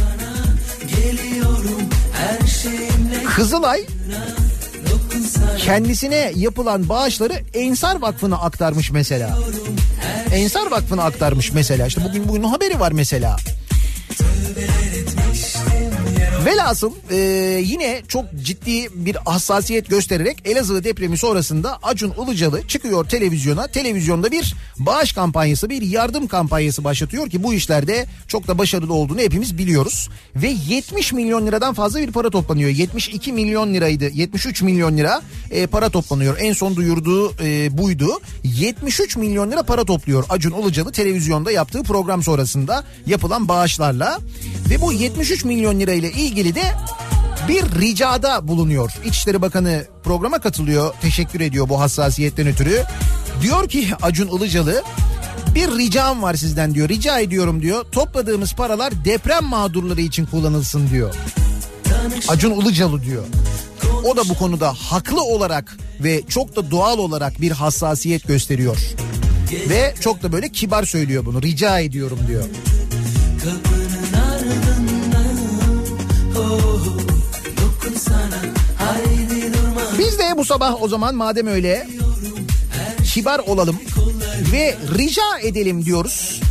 Kızılay kendisine yapılan bağışları Ensar Vakfı'na aktarmış mesela. Ensar Vakfı'na aktarmış mesela. İşte bugün haberi var mesela. Velhasıl yine çok ciddi bir hassasiyet göstererek Elazığ depremi sonrasında Acun Ilıcalı çıkıyor televizyona. Televizyonda bir bağış kampanyası, bir yardım kampanyası başlatıyor ki bu işlerde çok da başarılı olduğunu hepimiz biliyoruz. Ve 70 milyon liradan fazla bir para toplanıyor. 72 milyon liraydı, 73 milyon lira para toplanıyor. En son duyurduğu buydu. 73 milyon lira para topluyor Acun Ilıcalı televizyonda yaptığı program sonrasında yapılan bağışlarla. Ve bu 73 milyon lirayla ilgili de bir ricada bulunuyor. İçişleri Bakanı programa katılıyor, teşekkür ediyor bu hassasiyetten ötürü. Diyor ki Acun Ilıcalı, bir ricam var sizden diyor, rica ediyorum diyor, topladığımız paralar deprem mağdurları için kullanılsın diyor. Acun Ilıcalı diyor. O da bu konuda haklı olarak ve çok da doğal olarak bir hassasiyet gösteriyor. Ve çok da böyle kibar söylüyor bunu, rica ediyorum diyor. Kapının ardında, oh, dokun sana, haydi durma. Biz de bu sabah o zaman madem öyle kibar olalım ve rica edelim diyoruz.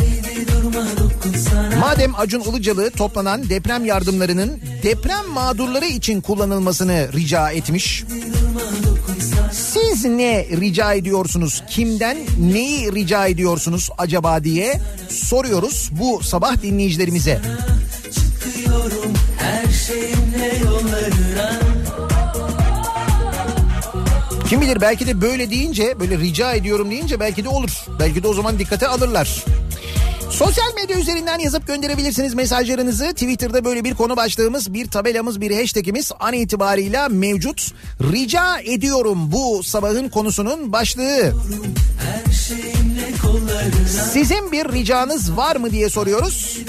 Madem Acun Ilıcalı toplanan deprem yardımlarının deprem mağdurları için kullanılmasını rica etmiş. Siz ne rica ediyorsunuz? Kimden neyi rica ediyorsunuz acaba diye soruyoruz bu sabah dinleyicilerimize. Çıkıyorum her şeyimle yollarına. Kim bilir, belki de böyle deyince, böyle rica ediyorum deyince belki de olur. Belki de o zaman dikkate alırlar. Sosyal medya üzerinden yazıp gönderebilirsiniz mesajlarınızı. Twitter'da böyle bir konu başlığımız, bir tabelamız, bir hashtagimiz an itibarıyla mevcut. Rica ediyorum bu sabahın konusunun başlığı. Sizin bir ricanız var mı diye soruyoruz.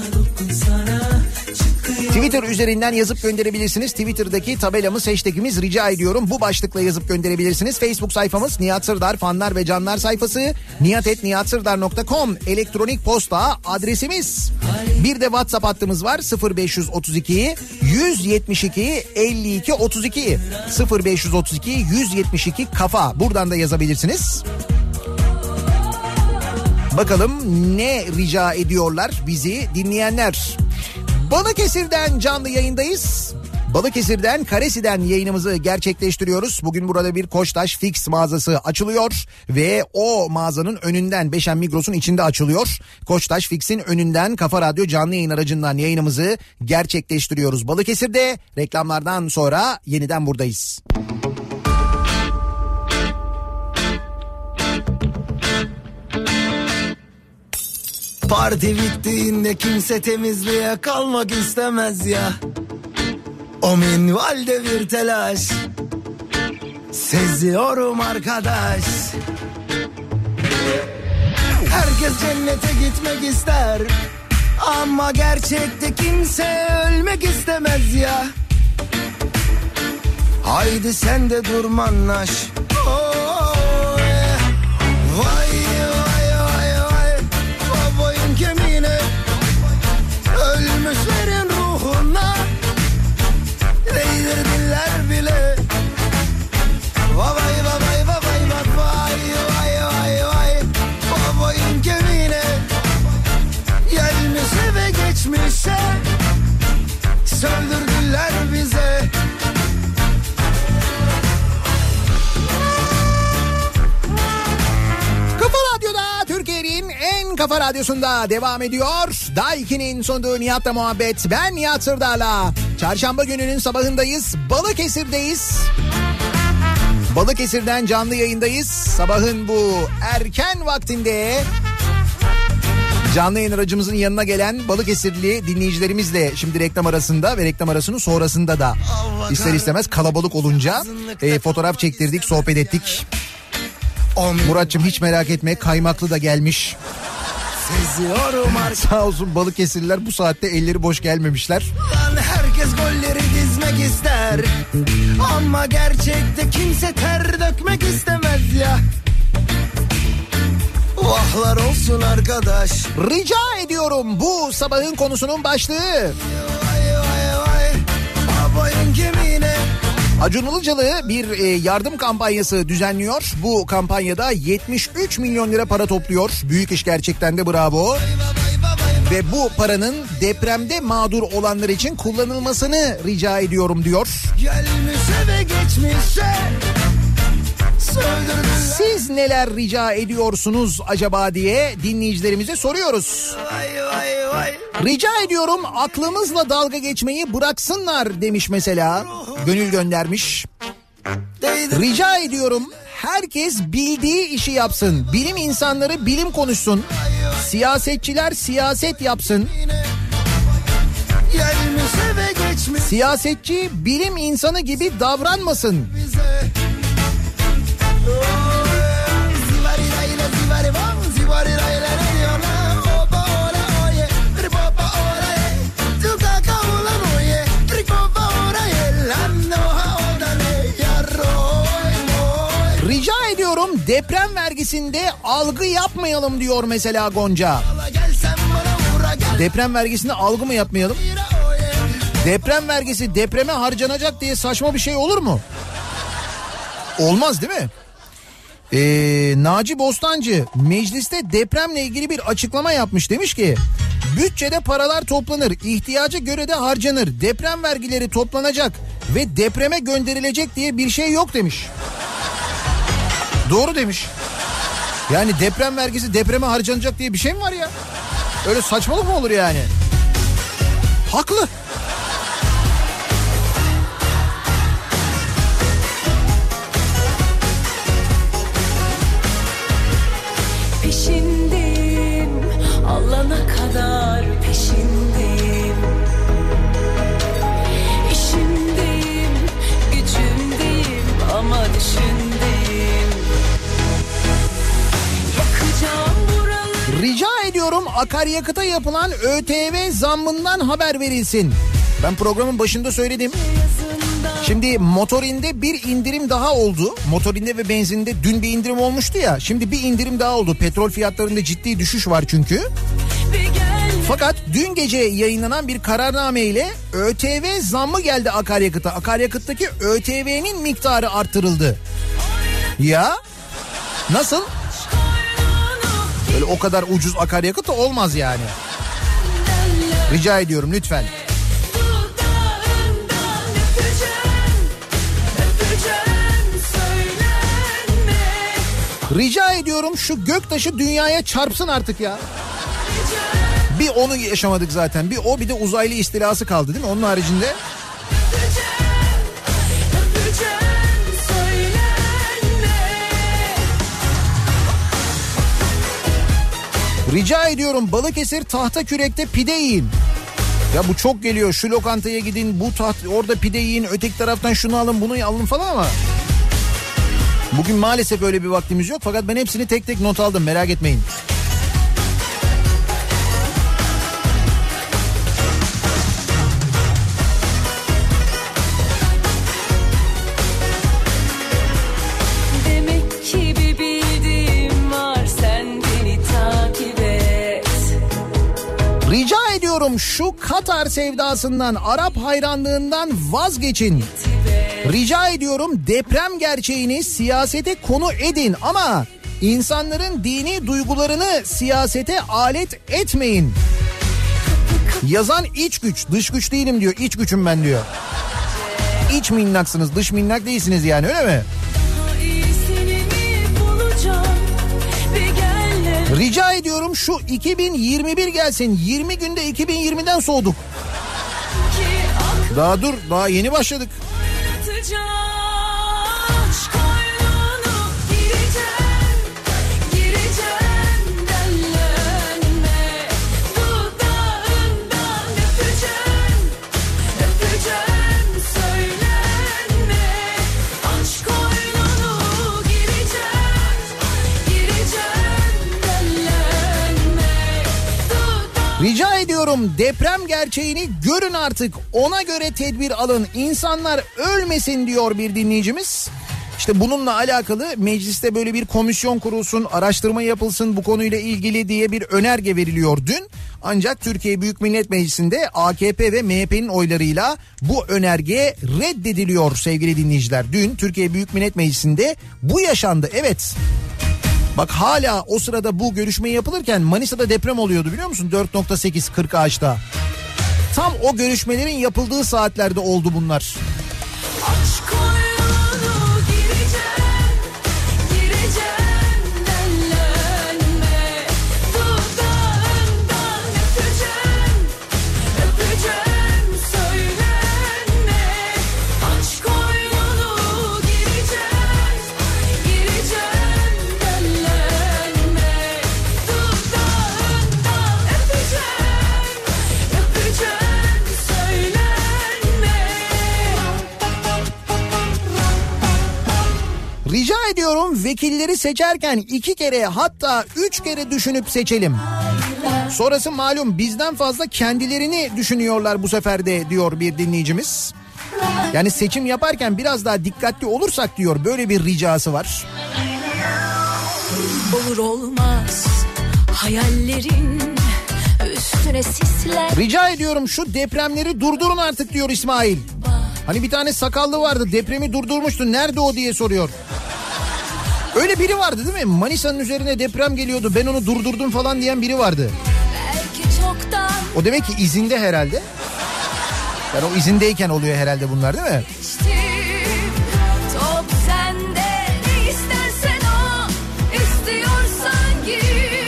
Twitter üzerinden yazıp gönderebilirsiniz. Twitter'daki tabelamız, hashtagimiz rica ediyorum. Bu başlıkla yazıp gönderebilirsiniz. Facebook sayfamız Nihat Sırdar fanlar ve canlar sayfası. nihat@nihatsırdar.com elektronik posta adresimiz. Bir de WhatsApp hattımız var. 0532 172 52 32 0532 172 kafa. Buradan da yazabilirsiniz. Bakalım ne rica ediyorlar bizi dinleyenler. Balıkesir'den canlı yayındayız. Balıkesir'den, Karesi'den yayınımızı gerçekleştiriyoruz. Bugün burada bir Koçtaş Fix mağazası açılıyor ve o mağazanın önünden, Beşen Migros'un içinde açılıyor. Koçtaş Fix'in önünden Kafa Radyo canlı yayın aracından yayınımızı gerçekleştiriyoruz. Balıkesir'de reklamlardan sonra yeniden buradayız. Parti bittiğinde kimse temizliğe kalmak istemez ya. O minvalde bir telaş seziyorum arkadaş. Herkes cennete gitmek ister ama gerçekte kimse ölmek istemez ya. Haydi sen de durmanlaş. Oh, yeah. Vay kemiğine, ölmüşlerin ruhuna değdirdiler bile. Vay vay vay vay vay vay vay babayın kemiğine, gelmişe ve geçmişe söndürdüler bize. Türkiye'nin en kafa radyosunda devam ediyor. Daiki'nin sunduğu Nihat'la muhabbet. Ben Nihat Sırdar'la. Çarşamba gününün sabahındayız. Balıkesir'deyiz. Balıkesir'den canlı yayındayız. Sabahın bu erken vaktinde canlı yayın aracımızın yanına gelen Balıkesirli dinleyicilerimizle şimdi reklam arasında ve reklam arasının sonrasında da ister istemez kalabalık olunca fotoğraf çektirdik, sohbet ettik. Muratçım hiç merak etme, kaymaklı da gelmiş. Sağ olsun Balıkesirliler bu saatte elleri boş gelmemişler. Herkes golleri dizmek ister ama gerçekte kimse ter dökmek istemez ya. Vahlar olsun arkadaş. Rica ediyorum bu sabahın konusunun başlığı. Vay vay vay babayın kemiğine. Acun Ilıcalı bir yardım kampanyası düzenliyor. Bu kampanyada 73 milyon lira para topluyor. Büyük iş gerçekten de, bravo. ve bu paranın depremde mağdur olanlar için kullanılmasını rica ediyorum diyor. Gelmişe ve geçmişe Siz neler rica ediyorsunuz acaba diye dinleyicilerimize soruyoruz. Vay vay vay. Rica ediyorum aklımızla dalga geçmeyi bıraksınlar demiş mesela. Gönül göndermiş. Rica ediyorum herkes bildiği işi yapsın. Bilim insanları bilim konuşsun. Siyasetçiler siyaset yapsın. Gelmişe ve geçmiş Siyasetçi bilim insanı gibi davranmasın. bize. Rica ediyorum deprem vergisinde algı yapmayalım diyor mesela Gonca. Deprem vergisinde algı mı yapmayalım? Deprem vergisi depreme harcanacak diye saçma bir şey olur mu? Olmaz değil mi? Naci Bostancı mecliste depremle ilgili bir açıklama yapmış, demiş ki bütçede paralar toplanır, ihtiyaca göre de harcanır, deprem vergileri toplanacak ve depreme gönderilecek diye bir şey yok demiş. Doğru demiş. Yani deprem vergisi depreme harcanacak diye bir şey mi var ya? Öyle saçmalık mı olur yani? Haklı. Peşindeyim, alana kadar peşindeyim. İşimdeyim, gücümdeyim ama düşündeyim. Yakacağım buraları. Rica ediyorum akaryakıta yapılan ÖTV zammından haber verilsin. Ben programın başında söyledim. Şimdi motorinde bir indirim daha oldu. Motorinde ve benzinde dün bir indirim olmuştu ya. Şimdi bir indirim daha oldu. Petrol fiyatlarında ciddi düşüş var çünkü. Fakat dün gece yayınlanan bir kararname ile ÖTV zammı geldi akaryakıta. Akaryakıttaki ÖTV'nin miktarı artırıldı. Ya nasıl? Öyle o kadar ucuz akaryakıt da olmaz yani. Rica ediyorum lütfen. Rica ediyorum şu göktaşı dünyaya çarpsın artık ya. Bir onu yaşamadık zaten. Bir o, bir de uzaylı istilası kaldı değil mi? Onun haricinde. Rica ediyorum Balıkesir Tahtakürek'te pide yiyin. Ya bu çok geliyor. Şu lokantaya gidin, orada pide yiyin, öteki taraftan şunu alın, bunu alın falan ama bugün maalesef öyle bir vaktimiz yok. Fakat ben hepsini tek tek not aldım, merak etmeyin. Demek ki bir bildiğim var, sen beni takip et. Rica ediyorum şu Katar sevdasından, Arap hayranlığından vazgeçin. Rica ediyorum deprem gerçeğini siyasete konu edin ama insanların dini duygularını siyasete alet etmeyin. Yazan iç güç, dış güç değilim diyor, iç güçüm ben diyor. İç minnaksınız, dış minnak değilsiniz yani, öyle mi? Rica ediyorum şu 2021 gelsin. 20 günde 2020'den soğuduk. Daha dur, daha yeni başladık. Rica ediyorum deprem gerçeğini görün artık, ona göre tedbir alın, insanlar ölmesin diyor bir dinleyicimiz. İşte bununla alakalı mecliste böyle bir komisyon kurulsun, araştırma yapılsın bu konuyla ilgili diye bir önerge veriliyor dün. Ancak Türkiye Büyük Millet Meclisi'nde AKP ve MHP'nin oylarıyla bu önerge reddediliyor sevgili dinleyiciler. Dün Türkiye Büyük Millet Meclisi'nde bu yaşandı, evet. Bak hala o sırada bu görüşme yapılırken Manisa'da deprem oluyordu biliyor musun? 4.8 Kırkağaç'ta. Tam o görüşmelerin yapıldığı saatlerde oldu bunlar. Aşk koynuna gireceğim, gireceğim dellenme. Dudağından öpeceğim, öpeceğim söylenme. Aşk koynuna gireceğim, gireceğim dellenme. Dudağından öpeceğim, öpeceğim söylenme. Rica ediyorum vekilleri seçerken 2 kere hatta 3 kere düşünüp seçelim. Sonrası malum bizden fazla kendilerini düşünüyorlar bu sefer de diyor bir dinleyicimiz. Yani seçim yaparken biraz daha dikkatli olursak diyor, böyle bir ricası var. Olur olmaz hayallerin üstüne sisler. Rica ediyorum şu depremleri durdurun artık diyor İsmail. Hani bir tane sakallı vardı, depremi durdurmuştu, nerede o diye soruyor. Öyle biri vardı değil mi? Manisa'nın üzerine deprem geliyordu, ben onu durdurdum falan diyen biri vardı. Belki çoktan O demek ki izinde herhalde. Yani o izindeyken oluyor herhalde bunlar değil mi? geçtim. Top sende, ne istersen o, istiyorsan git.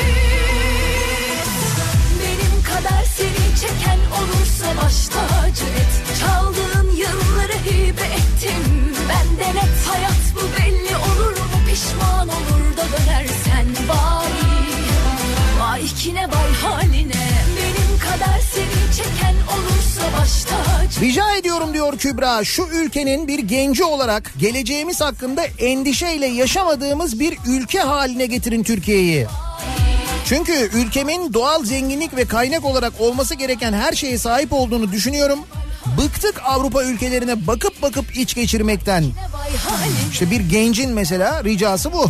Benim kadar seni çeken olursa baş tacı et. Çaldığın yılları hibe ettim. Benden hep hayat bu belli olur mu? Pişman olur da dönersen vay. Vay kine vay haline. Benim kadar seni çeken olursa baş tacı. Rica ediyorum diyor Kübra, şu ülkenin bir genci olarak geleceğimiz hakkında endişeyle yaşamadığımız bir ülke haline getirin Türkiye'yi. Çünkü ülkemin doğal zenginlik ve kaynak olarak olması gereken her şeye sahip olduğunu düşünüyorum. Bıktık Avrupa ülkelerine bakıp bakıp iç geçirmekten. Vay haline. İşte bir gencin mesela ricası bu.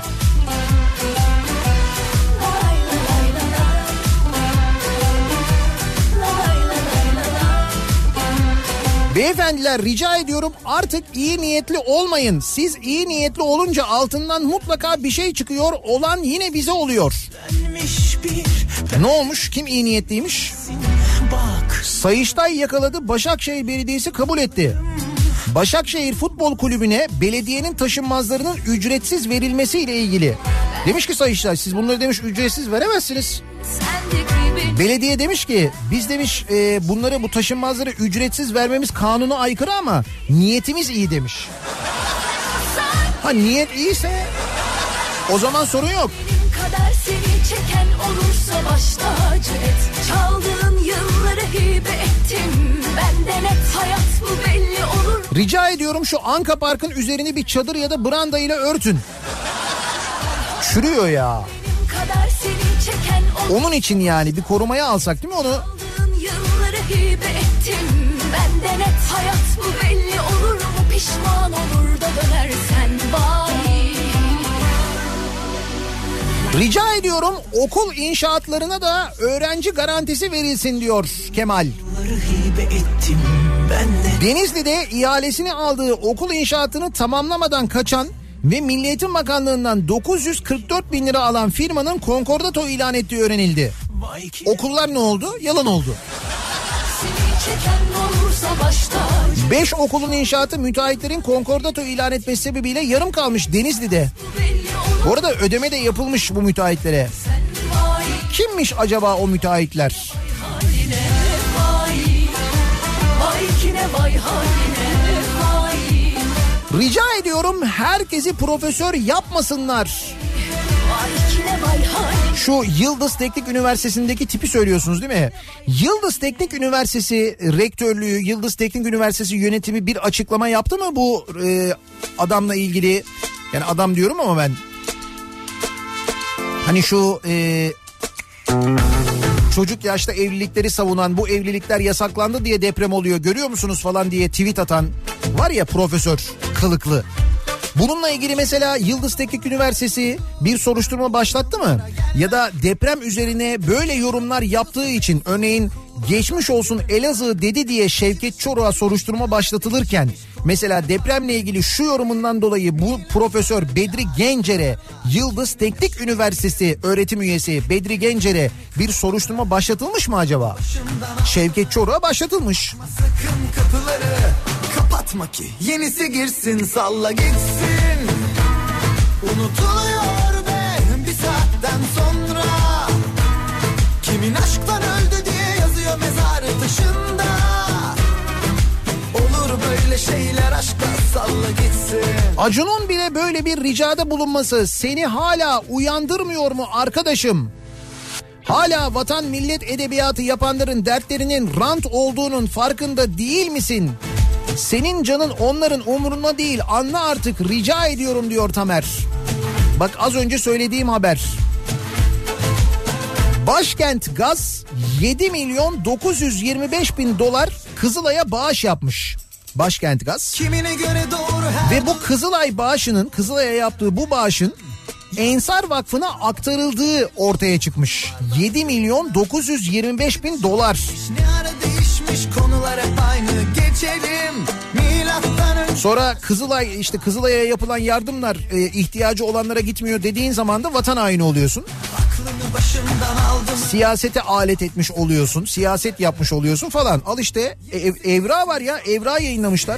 Beyefendiler rica ediyorum artık iyi niyetli olmayın. Siz iyi niyetli olunca altından mutlaka bir şey çıkıyor. Olan yine bize oluyor. Ne olmuş? Kim iyi niyetliymiş? Sayıştay yakaladı, Başakşehir Belediyesi kabul etti. Başakşehir Futbol Kulübü'ne belediyenin taşınmazlarının ücretsiz verilmesiyle ilgili. Demiş ki Sayıştay, siz bunları demiş ücretsiz veremezsiniz. Belediye demiş ki biz demiş bunları, bu taşınmazları ücretsiz vermemiz kanuna aykırı ama niyetimiz iyi demiş. Ha niyet iyiyse o zaman sorun yok. Kadar seni çeken olursa baş tacı et. Çaldığın yılları hibe ettim. Benden hep hayat bu belli olur. Rica ediyorum şu Anka Park'ın üzerini bir çadır ya da branda ile örtün. Çürüyor ya. Kadar seni çeken Onun için yani bir korumaya alsak değil mi onu? Çaldığın yılları hibe ettim. Benden hep hayat bu belli olur mu? Pişman olur da dönersen vay. Rica ediyorum okul inşaatlarına da öğrenci garantisi verilsin diyor Kemal. Denizli'de ihalesini aldığı okul inşaatını tamamlamadan kaçan ve Milli Eğitim Bakanlığı'ndan 944 bin lira alan firmanın konkordato ilan ettiği öğrenildi. Okullar ne oldu? Yalan oldu. 5 okulun inşaatı müteahhitlerin konkordato ilan etmesi sebebiyle yarım kalmış Denizli'de. Bu arada ödeme de yapılmış bu müteahhitlere. Kimmiş acaba o müteahhitler? Rica ediyorum herkesi profesör yapmasınlar. Şu Yıldız Teknik Üniversitesi'ndeki tipi söylüyorsunuz değil mi? Yıldız Teknik Üniversitesi rektörlüğü, Yıldız Teknik Üniversitesi yönetimi bir açıklama yaptı mı bu adamla ilgili? Yani adam diyorum ama ben... Hani şu çocuk yaşta evlilikleri savunan, bu evlilikler yasaklandı diye deprem oluyor görüyor musunuz falan diye tweet atan var ya, profesör kılıklı. Bununla ilgili mesela Yıldız Teknik Üniversitesi bir soruşturma başlattı mı? Ya da deprem üzerine böyle yorumlar yaptığı için, örneğin geçmiş olsun Elazığ dedi diye Şevket Çoruh'a soruşturma başlatılırken Mesela depremle ilgili şu yorumundan dolayı bu Profesör Bedri Gencer'e, Yıldız Teknik Üniversitesi öğretim üyesi Bedri Gencer'e bir soruşturma başlatılmış mı acaba? Şevket Çoruh'a başlatılmış. Sakın kapıları kapatma ki yenisi girsin, salla gitsin. Unutuluyor be bir saatten sonra. Kimin aşktan öldü diye yazıyor mezarı taşında. Olur böyle şeyler, aşkla salla gitsin. Acun'un bile böyle bir ricada bulunması seni hala uyandırmıyor mu arkadaşım? Hala vatan millet edebiyatı yapanların dertlerinin rant olduğunun farkında değil misin? Senin canın onların umurunda değil, anla artık, rica ediyorum diyor Tamer. Bak az önce söylediğim haber. Başkent Gaz 7 milyon 925 bin dolar Kızılay'a bağış yapmış. Başkent Gaz. Kimine göre doğru Ve bu Kızılay bağışının, Kızılay'a yaptığı bu bağışın Ensar Vakfı'na aktarıldığı ortaya çıkmış. 7 milyon 925 bin dolar. Ne ara değişmiş konular hep aynı, geçelim milattan önce. Sonra Kızılay, işte Kızılay'a yapılan yardımlar ihtiyacı olanlara gitmiyor dediğin zaman da vatan haini oluyorsun. Aklını başımdan aldım. Siyasete alet etmiş oluyorsun, siyaset yapmış oluyorsun falan. Al işte evra var ya, evra yayınlamışlar.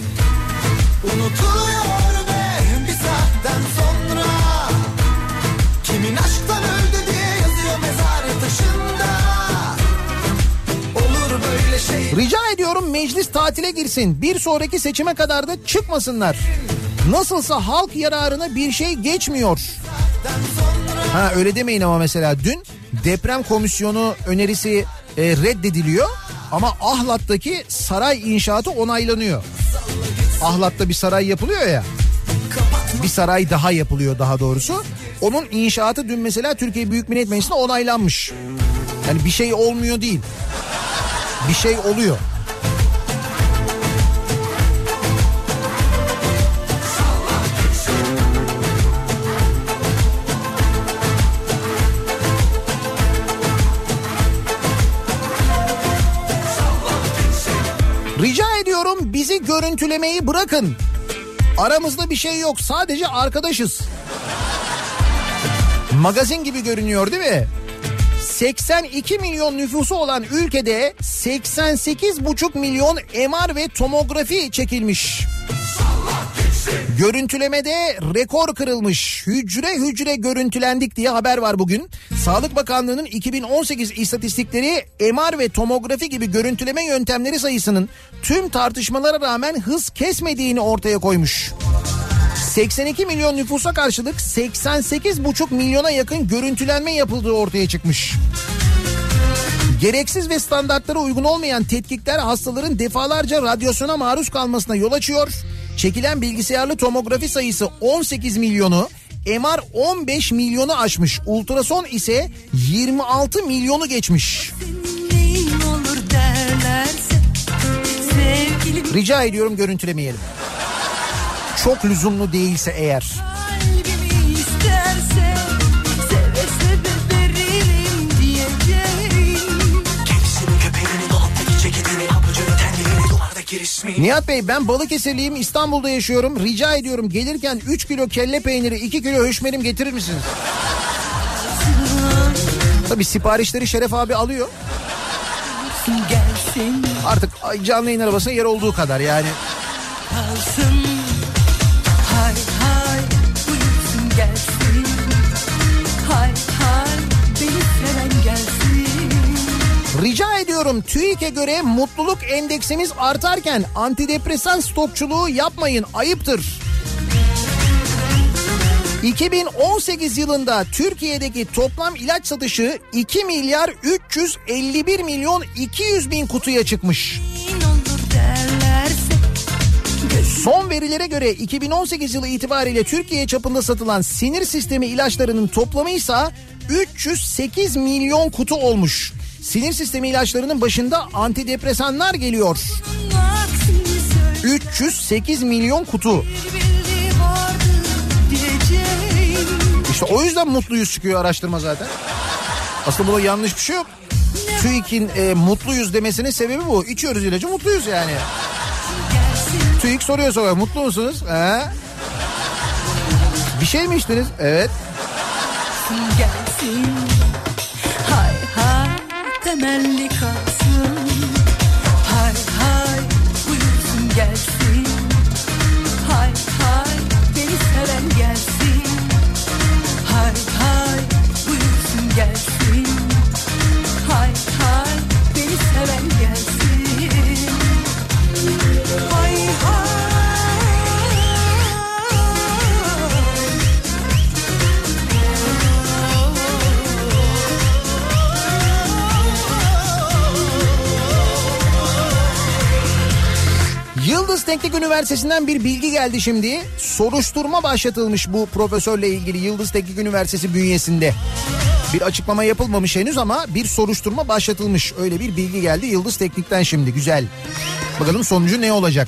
Unutuluyor be bir saatten sonra. Kimin aşktan öldü diye yazıyor mezarı taşında. Olur böyle şey. Rica ediyorum meclis tatile girsin. Bir sonraki seçime kadar da çıkmasınlar. Nasılsa halk yararına bir şey geçmiyor. Ha öyle demeyin ama mesela dün deprem komisyonu önerisi reddediliyor. Ama Ahlat'taki saray inşaatı onaylanıyor. Ahlat'ta bir saray yapılıyor ya. Bir saray daha yapılıyor daha doğrusu. Onun inşaatı dün mesela Türkiye Büyük Millet Meclisi'nde onaylanmış. Yani bir şey olmuyor değil. Bir şey oluyor. Rica ediyorum bizi görüntülemeyi bırakın. Aramızda bir şey yok, sadece arkadaşız. Magazin gibi görünüyor değil mi? 82 milyon nüfusu olan ülkede 88,5 milyon MR ve tomografi çekilmiş. Görüntülemede rekor kırılmış. Hücre hücre görüntülendik diye haber var bugün. Sağlık Bakanlığı'nın 2018 istatistikleri MR ve tomografi gibi görüntüleme yöntemleri sayısının tüm tartışmalara rağmen hız kesmediğini ortaya koymuş. 82 milyon nüfusa karşılık 88,5 milyona yakın görüntülenme yapıldığı ortaya çıkmış. Gereksiz ve standartlara uygun olmayan tetkikler hastaların defalarca radyasyona maruz kalmasına yol açıyor. Çekilen bilgisayarlı tomografi sayısı 18 milyonu, MR 15 milyonu aşmış. Ultrason ise 26 milyonu geçmiş. Rica ediyorum görüntülemeyelim. Çok lüzumlu değilse eğer. Nihat Bey, ben Balıkesirliyim, İstanbul'da yaşıyorum. Rica ediyorum gelirken 3 kilo kelle peyniri, 2 kilo höşmerim getirir misiniz? Tabii siparişleri Şeref abi alıyor. Artık canlı yayın arabasına yer olduğu kadar yani. Hay hay buyursun gelsin. Hay hay beni seven gelsin. Rica ediyorum TÜİK'e göre mutluluk endeksimiz artarken antidepresan stokçuluğu yapmayın, ayıptır. 2018 yılında Türkiye'deki toplam ilaç satışı 2 milyar 351 milyon 200 bin kutuya çıkmış. Son verilere göre 2018 yılı itibariyle Türkiye çapında satılan sinir sistemi ilaçlarının toplamı ise 308 milyon kutu olmuş. Sinir sistemi ilaçlarının başında antidepresanlar geliyor. 308 milyon kutu. İşte o yüzden mutluyuz çıkıyor araştırma zaten. Aslında buna yanlış bir şey yok. TÜİK'in mutluyuz demesinin sebebi bu. İçiyoruz ilacı, mutluyuz yani. TÜİK soruyor sonra, mutlu musunuz? Ha? Bir şey mi içtiniz? Evet. Gelsin, hay hay temelli kalsın, hay hay uyusun gelsin, hay hay beni seven gelsin, hay hay uyusun gelsin, hay hay beni seven gelsin, hay hay. Yıldız Teknik Üniversitesi'nden bir bilgi geldi şimdi. Soruşturma başlatılmış bu profesörle ilgili Yıldız Teknik Üniversitesi bünyesinde. Bir açıklama yapılmamış henüz ama bir soruşturma başlatılmış. Öyle bir bilgi geldi Yıldız Teknik'ten şimdi. Güzel. Bakalım sonucu ne olacak?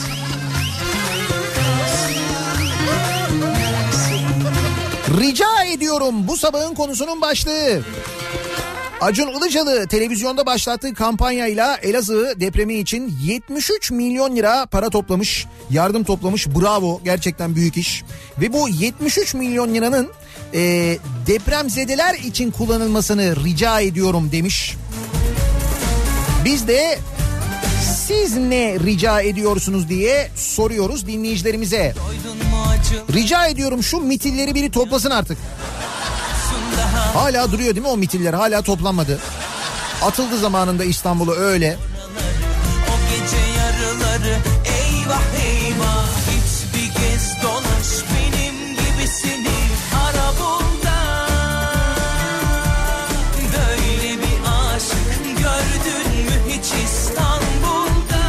Rica ediyorum bu sabahın konusunun başlığı. Acun Ilıcalı televizyonda başlattığı kampanyayla Elazığ depremi için 73 milyon lira para toplamış, yardım toplamış. Bravo, gerçekten büyük iş. Ve bu 73 milyon liranın depremzedeler için kullanılmasını rica ediyorum demiş. Biz de siz ne rica ediyorsunuz diye soruyoruz dinleyicilerimize. Rica ediyorum şu mitilleri biri toplasın artık. Hala duruyor değil mi o mitiller? Hala toplanmadı. Atıldı zamanında İstanbul'a öyle. O gece yarıları eyvah eyvah, git bir kez dolaş benim gibisini ara bulda. Böyle bir aşık gördün mü hiç İstanbul'da?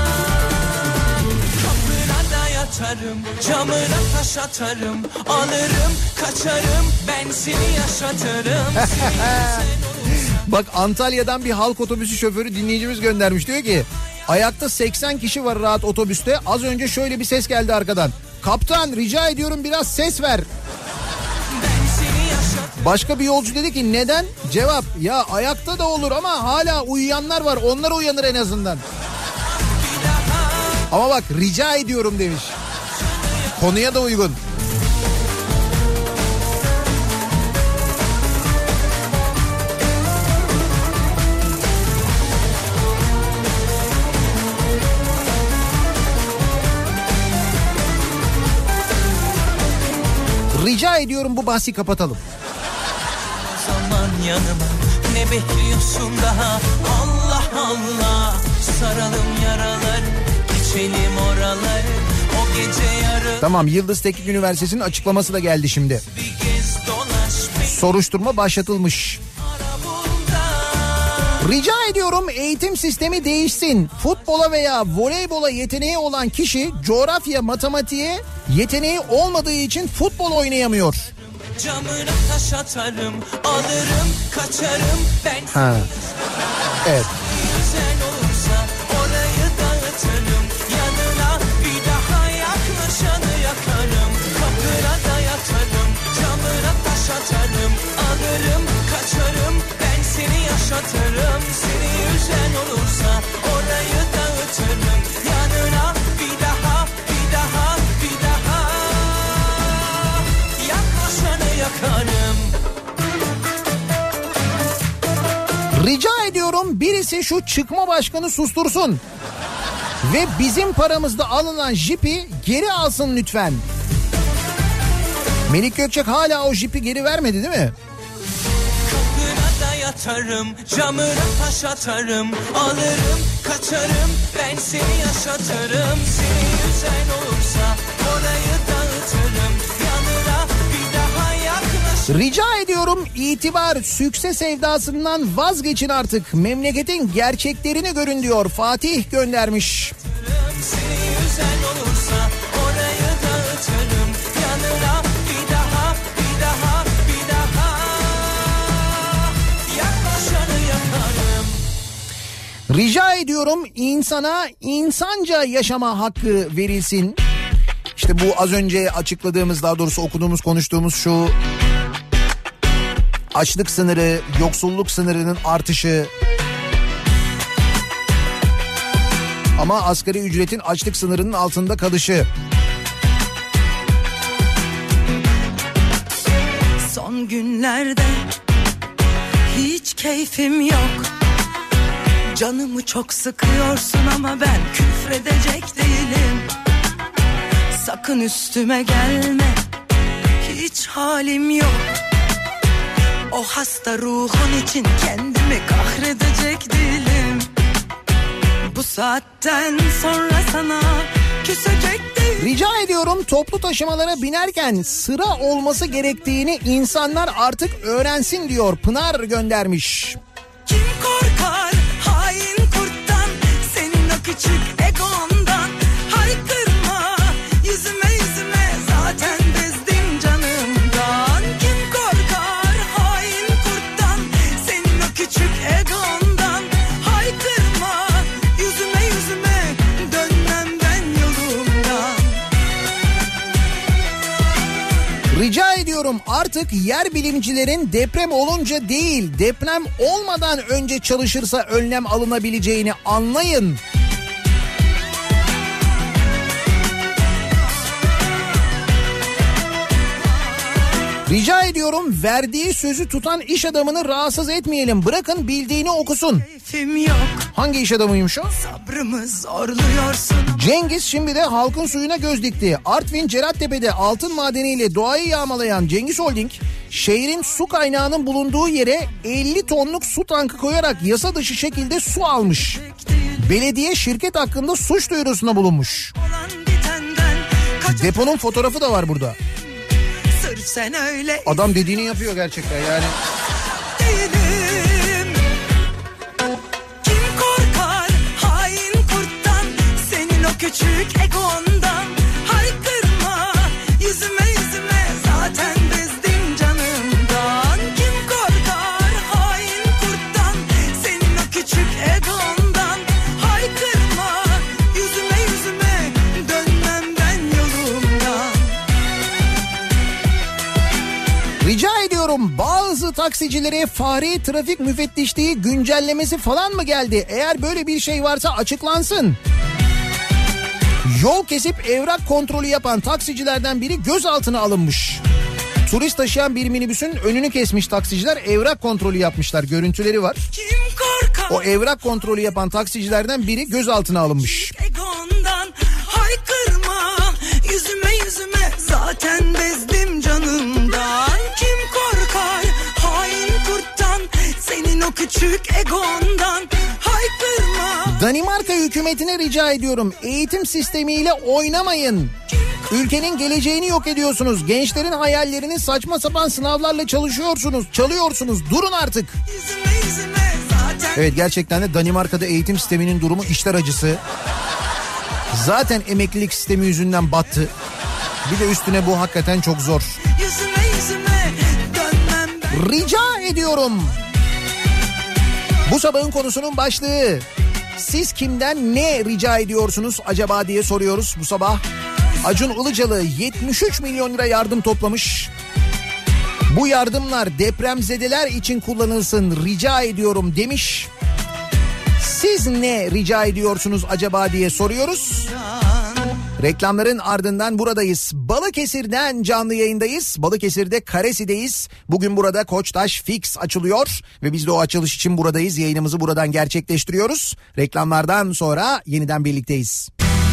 Kapına da yatarım, camına taş atarım, alırım kaçarım, ben seni yaşatırım. Bak Antalya'dan bir halk otobüsü şoförü dinleyicimiz göndermiş, diyor ki ayakta 80 kişi var rahat otobüste, az önce şöyle bir ses geldi arkadan. Kaptan rica ediyorum biraz ses ver. Başka bir yolcu dedi ki neden? Cevap ya ayakta da olur ama hala uyuyanlar var, onlar uyanır en azından. Ama bak rica ediyorum demiş. Konuya da uygun. Rica ediyorum bu bahsi kapatalım. Zaman yanıma ne bekliyorsun daha? Allah Allah, saralım yaraları, geçelim oraları. O gece yarı. Tamam, Yıldız Teknik Üniversitesi'nin açıklaması da geldi şimdi. Soruşturma başlatılmış. Rica ediyorum eğitim sistemi değişsin. Futbola veya voleybola yeteneği olan kişi coğrafya, matematiğe yeteneği olmadığı için futbol oynayamıyor. Camına taş atarım, alırım kaçarım, ben. Ha. Evet. Sen olursa orayı dağıtırım, yanına bir daha yaklaşanı yakarım. Kapına da yatarım, camına taş atarım, alırım kaçarım, ben seni yaşatırım. Seni üzen olursa orayı dağıtırım, yanına bir daha bir daha bir daha yaklaşanı yakarım. Rica ediyorum birisi şu çıkma başkanı sustursun. Ve bizim paramızda alınan jipi geri alsın lütfen. Melik Gökçek hala o jipi geri vermedi değil mi? Kapına da yatarım, camına taş atarım, alırım kaçarım, ben seni yaşatırım. Seni üzen olursa orayı dağıtırım, yanına bir daha yaklaş. Rica ediyorum itibar, sükse sevdasından vazgeçin artık. Memleketin gerçeklerini görün diyor. Fatih göndermiş. Seni üzen olursa orayı dağıtırım, yanına bir daha bir daha bir daha yaklaşanı yakarım. Rica ediyorum insana insanca yaşama hakkı verilsin. İşte bu az önce açıkladığımız, daha doğrusu okuduğumuz, konuştuğumuz şu açlık sınırı, yoksulluk sınırının artışı. Ama asgari ücretin açlık sınırının altında kalışı. Son günlerde hiç keyfim yok. Canımı çok sıkıyorsun ama ben küfredecek değilim. Sakın üstüme gelme, hiç halim yok. O hasta ruhun için kendimi kahredecek değilim. Bu saatten sonra sana küsecek değilim. Rica ediyorum, toplu taşımalara binerken sıra olması gerektiğini insanlar artık öğrensin diyor. Pınar göndermiş. Kim korkar hain kurttan, senin o küçük egondan. Haykırma yüzüme yüzüme, zaten bezdim canımdan. Kim korkar hain kurttan, senin o küçük egondan. Haykırma yüzüme yüzüme, dönmem ben yolumdan. Rica ediyorum, artık yer bilimcilerin deprem olunca değil, deprem olmadan önce çalışırsa önlem alınabileceğini anlayın. Rica ediyorum, verdiği sözü tutan iş adamını rahatsız etmeyelim. Bırakın bildiğini okusun. Keyfim yok, Hangi iş adamıymış o? sabrımı zorluyorsun. Cengiz şimdi de halkın suyuna göz dikti. Artvin Cerattepe'de altın madeniyle doğayı yağmalayan Cengiz Holding, şehrin su kaynağının bulunduğu yere 50 tonluk su tankı koyarak yasa dışı şekilde su almış. Belediye şirket hakkında suç duyurusunda bulunmuş. Olan bitenden kaç Deponun fotoğrafı da var burada. sırf sen öyle Adam dediğini yapıyor gerçekten yani. değilim. Kim korkar hain kurttan, senin o küçük egondan. Haykırma yüzüme yüzüme, zaten bezdim canımdan. Kim korkar hain kurttan, senin o küçük egondan. Haykırma yüzüme yüzüme, dönmem ben yolumdan. Rica ediyorum, bazı taksicilere fare trafik müfettişliği güncellemesi falan mı geldi? Eğer böyle bir şey varsa açıklansın. Yol kesip evrak kontrolü yapan taksicilerden biri gözaltına alınmış. Turist taşıyan bir minibüsün önünü kesmiş taksiciler, evrak kontrolü yapmışlar. Görüntüleri var. Kim korkar O evrak kontrolü yapan taksicilerden biri gözaltına alınmış. egondan. Haykırma yüzüme yüzüme, zaten bezdim canımdan. Kim korkar hain kurttan, senin o küçük egondan. Haykırma Danimarka hükümetine rica ediyorum, eğitim sistemiyle oynamayın. Ülkenin geleceğini yok ediyorsunuz. Gençlerin hayallerini saçma sapan sınavlarla çalıyorsunuz. Durun artık. yüzüme yüzüme, zaten Evet, gerçekten de Danimarka'da eğitim sisteminin durumu içler acısı. Zaten emeklilik sistemi yüzünden battı. Bir de üstüne bu hakikaten çok zor. yüzüme yüzüme, dönmem ben. Rica ediyorum. Bu sabahın konusunun başlığı. Siz kimden ne rica ediyorsunuz acaba diye soruyoruz bu sabah. Acun Ilıcalı 73 milyon lira yardım toplamış. Bu yardımlar depremzedeler için kullanılsın rica ediyorum demiş. Siz ne rica ediyorsunuz acaba diye soruyoruz. Reklamların ardından buradayız. Balıkesir'den canlı yayındayız. Balıkesir'de Karesi'deyiz. Bugün burada Koçtaş Fix açılıyor ve biz de o açılış için buradayız. Yayınımızı buradan gerçekleştiriyoruz. Reklamlardan sonra yeniden birlikteyiz.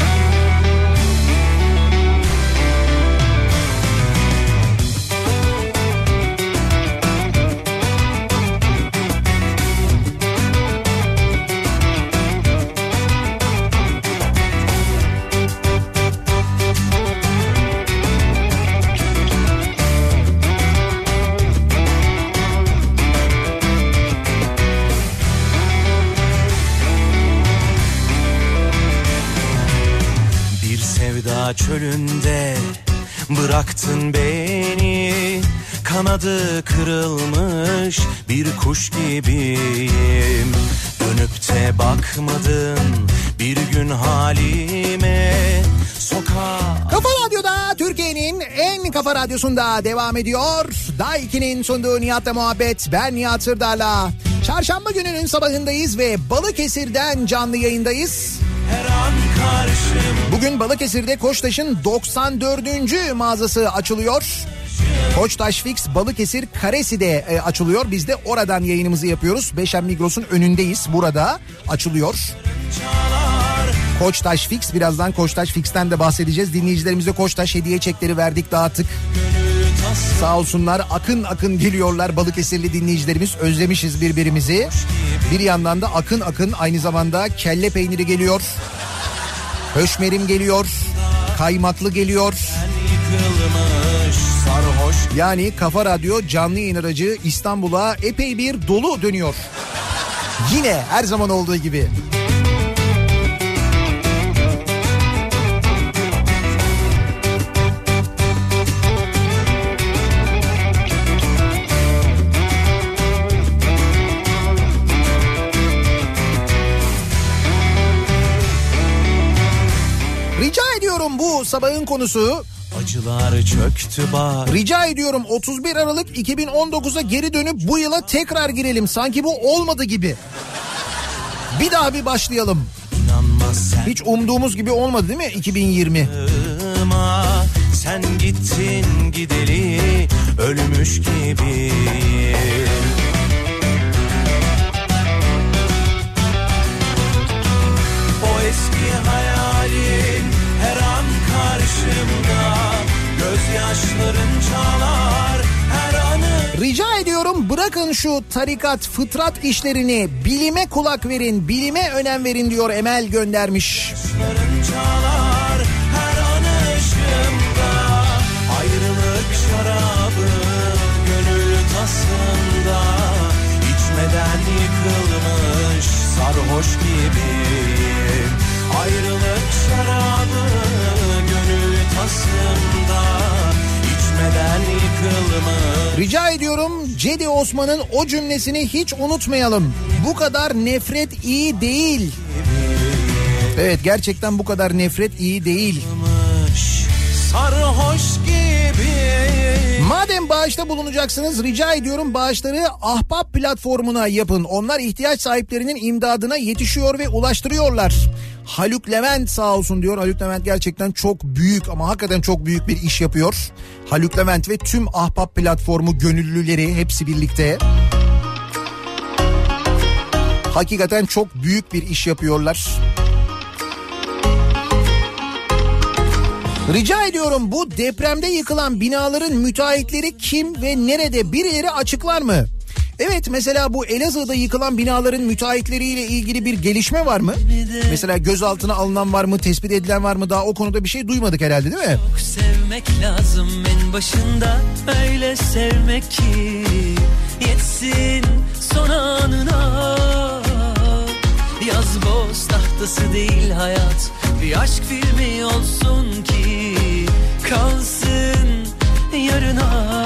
Çölünde bıraktın beni, kanadı kırılmış bir kuş gibiyim. Dönüp de bakmadın bir gün halime. Kafa Radyo'da, Türkiye'nin en kafa radyosunda devam ediyor. Daiki'nin sunduğu Nihat'la muhabbet. Ben Nihat Sırdar'la. Çarşamba gününün sabahındayız ve Balıkesir'den canlı yayındayız. her an karşımda. Bugün Balıkesir'de Koçtaş'ın 94. mağazası açılıyor. Koçtaş Fix Balıkesir Karesi'de açılıyor. Biz de oradan yayınımızı yapıyoruz. Beşen Migros'un önündeyiz. Burada açılıyor. Koçtaş Fix, birazdan Koçtaş Fix'ten de bahsedeceğiz. Dinleyicilerimize Koçtaş hediye çekleri verdik, dağıttık. Sağ olsunlar, akın akın geliyorlar Balıkesirli dinleyicilerimiz. Özlemişiz birbirimizi. Bir yandan da akın akın aynı zamanda kelle peyniri geliyor. Höşmerim geliyor. Kaymaklı geliyor. Yani Kafa Radyo canlı yayın aracı İstanbul'a epey bir dolu dönüyor. Yine her zaman olduğu gibi. Rica ediyorum bu sabahın konusu. Acılar çöktü bak. Rica ediyorum 31 Aralık 2019'a geri dönüp bu yıla tekrar girelim. Sanki bu olmadı gibi. Bir daha bir başlayalım. Hiç umduğumuz gibi olmadı değil mi 2020? Sen gittin gideli ölmüş gibi. O eski hayalin her an karşımda, gözyaşların çalar her anı. Rica ediyorum bırakın şu tarikat fıtrat işlerini, bilime kulak verin, bilime önem verin diyor Emel göndermiş. Gözyaşların çalar her an ışığımda, ayrılık şarabı gönül tasında, içmeden yıkılmış sarhoş gibiyim. Ayrılık şarabı gönül tasında, içmeden yıkılmış. Rica ediyorum Cedi Osman'ın o cümlesini hiç unutmayalım. Bu kadar nefret iyi değil. Evet, gerçekten bu kadar nefret iyi değil. Sarhoş gibi. Madem bağışta bulunacaksınız rica ediyorum bağışları Ahbap platformuna yapın. Onlar ihtiyaç sahiplerinin imdadına yetişiyor ve ulaştırıyorlar. Haluk Levent sağ olsun diyor. Haluk Levent gerçekten çok büyük ama hakikaten çok büyük bir iş yapıyor. Haluk Levent ve tüm Ahbap platformu gönüllüleri hepsi birlikte. Hakikaten çok büyük bir iş yapıyorlar. Rica ediyorum bu depremde yıkılan binaların müteahhitleri kim ve nerede, birileri açıklar mı? Evet, mesela bu Elazığ'da yıkılan binaların müteahhitleriyle ilgili bir gelişme var mı? Mesela gözaltına alınan var mı, tespit edilen var mı? Daha o konuda bir şey duymadık herhalde değil mi? Çok sevmek lazım en başında, öyle sevmek ki yetsin son anına. Yaz boz tahtası değil hayat, bir aşk filmi olsun ki kalsın yarına.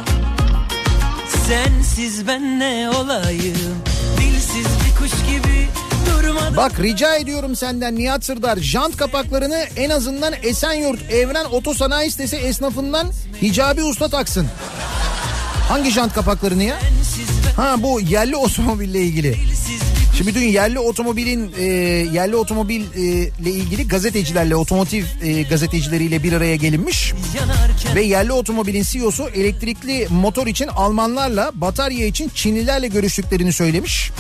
Sensiz ben ne olayım, dilsiz bir kuş gibi durmadan. Bak rica ediyorum senden Nihat Sırdar, jant kapaklarını en azından Esenyurt Evren Otosanayi sitesi esnafından Hicabi Usta taksın. Hangi jant kapaklarını ya? Ha, bu yerli otomobille ilgili. Şimdi dün yerli otomobille ilgili gazetecilerle, otomotiv gazetecileriyle bir araya gelinmiş ve yerli otomobilin CEO'su elektrikli motor için Almanlarla, batarya için Çinlilerle görüştüklerini söylemiş.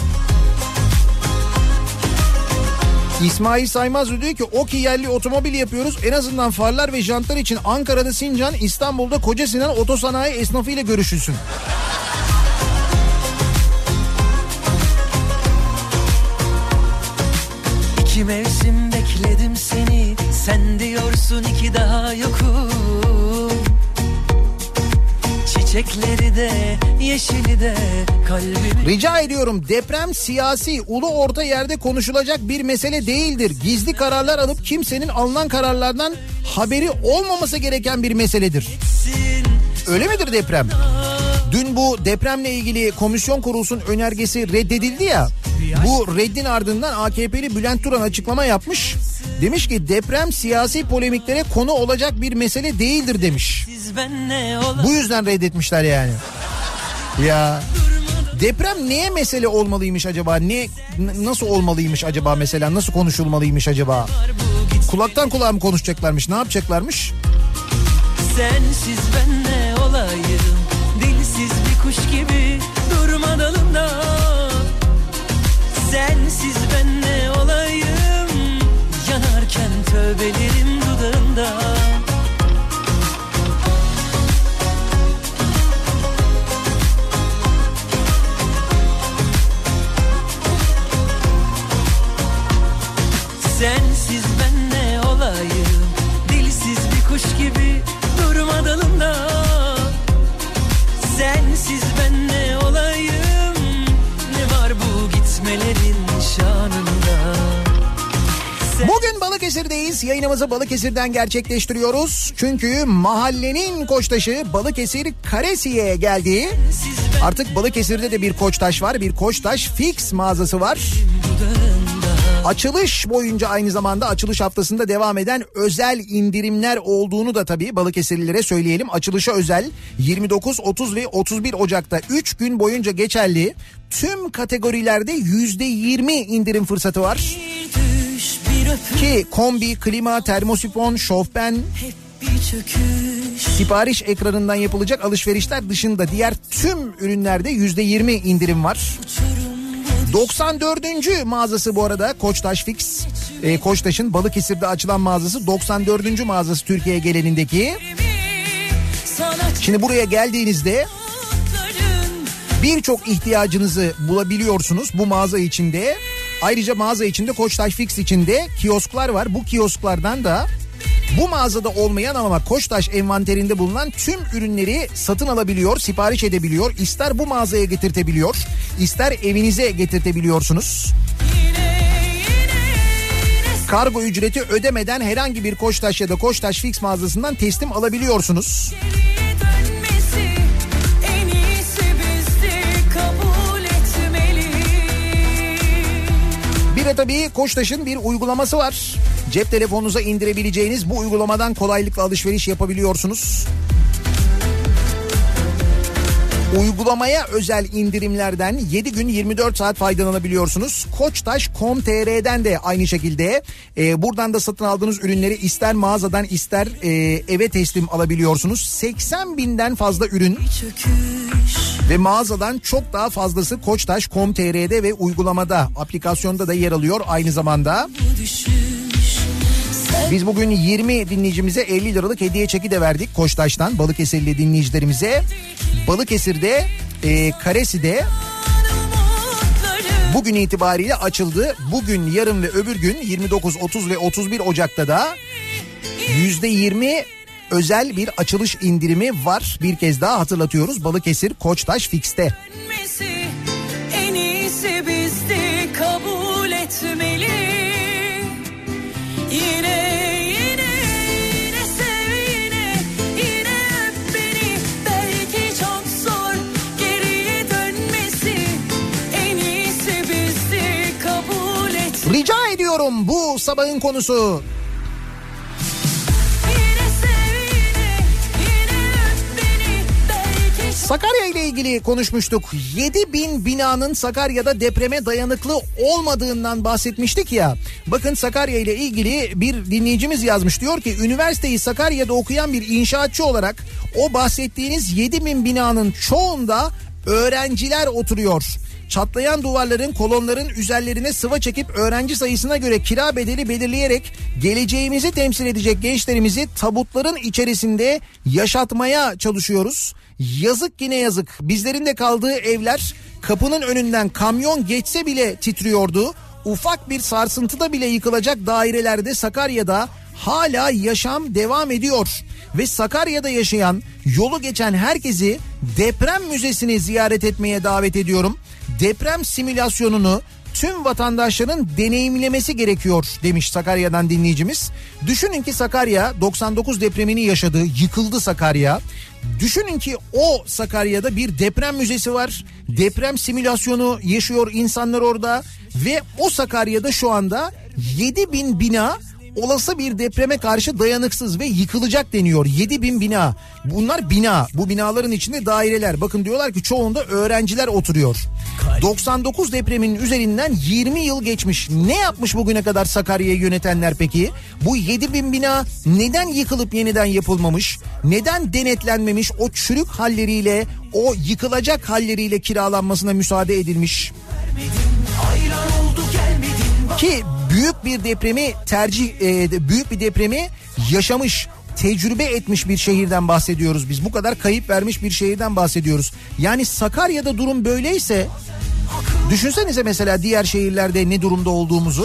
İsmail Saymaz diyor ki o ki yerli otomobil yapıyoruz, en azından farlar ve jantlar için Ankara'da Sincan, İstanbul'da Koca Sinan Otosanayi esnafı ile görüşülsün. İki mevsim bekledim seni, sen diyorsun iki daha yokum. Çiçekleri de yeşili de kalbimi. Rica ediyorum deprem siyasi, ulu orta yerde konuşulacak bir mesele değildir. Gizli kararlar alıp kimsenin alınan kararlardan haberi olmaması gereken bir meseledir. Öyle midir deprem? Dün bu depremle ilgili komisyon kurulsun önergesi reddedildi ya. Bu reddin ardından AKP'li Bülent Turan açıklama yapmış. Demiş ki deprem siyasi polemiklere konu olacak bir mesele değildir demiş. Bu yüzden reddetmişler yani. Ya Deprem neye mesele olmalıymış acaba? Nasıl olmalıymış acaba mesela? Nasıl konuşulmalıymış acaba? Kulaktan kulağa mı konuşacaklarmış? Ne yapacaklarmış? Sensiz ben ne olayım? Dilsiz bir kuş gibi durma dalında. Sensiz ben ne olayım? Yanarken tövbelerim dudağımda. Sensiz ben ne olayım? Dilsiz bir kuş gibi durma dalında. Sensiz ben ne olayım? Ne var bu gitmelerin şanında? Bugün Balıkesir'deyiz. Yayınımızı Balıkesir'den gerçekleştiriyoruz. Çünkü mahallenin koçtaşı Balıkesir Karesi'ye geldi. Artık Balıkesir'de de bir Koçtaş var. Bir Koçtaş Fix mağazası var. Açılış boyunca aynı zamanda açılış haftasında devam eden özel indirimler olduğunu da tabii Balıkesirlilere söyleyelim. Açılışa özel 29, 30 ve 31 Ocak'ta 3 gün boyunca geçerli tüm kategorilerde %20 indirim fırsatı var. Ki kombi, klima, termosifon, şofben, sipariş ekranından yapılacak alışverişler dışında diğer tüm ürünlerde %20 indirim var. 94. mağazası bu arada Koçtaş Fix. Koçtaş'ın Balıkesir'de açılan mağazası 94. mağazası Türkiye genelindeki. Şimdi buraya geldiğinizde birçok ihtiyacınızı bulabiliyorsunuz bu mağaza içinde. Ayrıca mağaza içinde Koçtaş Fix içinde kiosklar var. Bu kiosklardan da bu mağazada olmayan ama Koçtaş envanterinde bulunan tüm ürünleri satın alabiliyor, sipariş edebiliyor. İster bu mağazaya getirtebiliyor, ister evinize getirtebiliyorsunuz. Kargo ücreti ödemeden herhangi bir Koçtaş ya da Koçtaş Fix mağazasından teslim alabiliyorsunuz. Bir de tabii Koçtaş'ın bir uygulaması var. Cep telefonunuza indirebileceğiniz bu uygulamadan kolaylıkla alışveriş yapabiliyorsunuz. Uygulamaya özel indirimlerden 7 gün 24 saat faydalanabiliyorsunuz. Koçtaş.com.tr'den de aynı şekilde buradan da satın aldığınız ürünleri ister mağazadan ister eve teslim alabiliyorsunuz. 80 binden fazla ürün ve mağazadan çok daha fazlası Koçtaş.com.tr'de ve uygulamada, aplikasyonda da yer alıyor aynı zamanda. Biz bugün 20 dinleyicimize 50 liralık hediye çeki de verdik Koçtaş'tan Balıkesirli dinleyicilerimize. Balıkesir'de, Karesi'de bugün itibariyle açıldı. Bugün, yarın ve öbür gün 29, 30 ve 31 Ocak'ta da %20 özel bir açılış indirimi var. Bir kez daha hatırlatıyoruz Balıkesir Koçtaş Fix'te. En iyisi bizde kabul etmeli. Yine sev yine öp beni. Belki çok zor geriye dönmesi. En iyisi bizde kabul etmeli. Rica ediyorum bu sabahın konusu. Sakarya ile ilgili konuşmuştuk. 7.000 binanın Sakarya'da depreme dayanıklı olmadığından bahsetmiştik ya. Bakın Sakarya ile ilgili bir dinleyicimiz yazmış. Diyor ki üniversiteyi Sakarya'da okuyan bir inşaatçı olarak o bahsettiğiniz 7.000 binanın çoğunda öğrenciler oturuyor. Çatlayan duvarların, kolonların üzerlerine sıva çekip öğrenci sayısına göre kira bedeli belirleyerek geleceğimizi temsil edecek gençlerimizi tabutların içerisinde yaşatmaya çalışıyoruz. Yazık yine yazık. Bizlerin de kaldığı evler kapının önünden kamyon geçse bile titriyordu. Ufak bir sarsıntıda bile yıkılacak dairelerde Sakarya'da hala yaşam devam ediyor. Ve Sakarya'da yaşayan, yolu geçen herkesi deprem müzesini ziyaret etmeye davet ediyorum. Deprem simülasyonunu tüm vatandaşların deneyimlemesi gerekiyor demiş Sakarya'dan dinleyicimiz. Düşünün ki Sakarya 99 depremini yaşadı, yıkıldı Sakarya. Düşünün ki o Sakarya'da bir deprem müzesi var. Deprem simülasyonu yaşıyor insanlar orada ve o Sakarya'da şu anda 7.000 bina olası bir depreme karşı dayanıksız ve yıkılacak deniyor. 7.000 bina. Bunlar bina. Bu binaların içinde daireler. Bakın diyorlar ki çoğunda öğrenciler oturuyor. 99 depremin üzerinden 20 yıl geçmiş. Ne yapmış bugüne kadar Sakarya'yı yönetenler peki? Bu 7.000 bina neden yıkılıp yeniden yapılmamış? Neden denetlenmemiş? O çürük halleriyle, o yıkılacak halleriyle kiralanmasına müsaade edilmiş. Ki büyük bir depremi büyük bir depremi yaşamış, tecrübe etmiş bir şehirden bahsediyoruz biz. Bu kadar kayıp vermiş bir şehirden bahsediyoruz. Yani Sakarya'da durum böyleyse düşünsenize mesela diğer şehirlerde ne durumda olduğumuzu.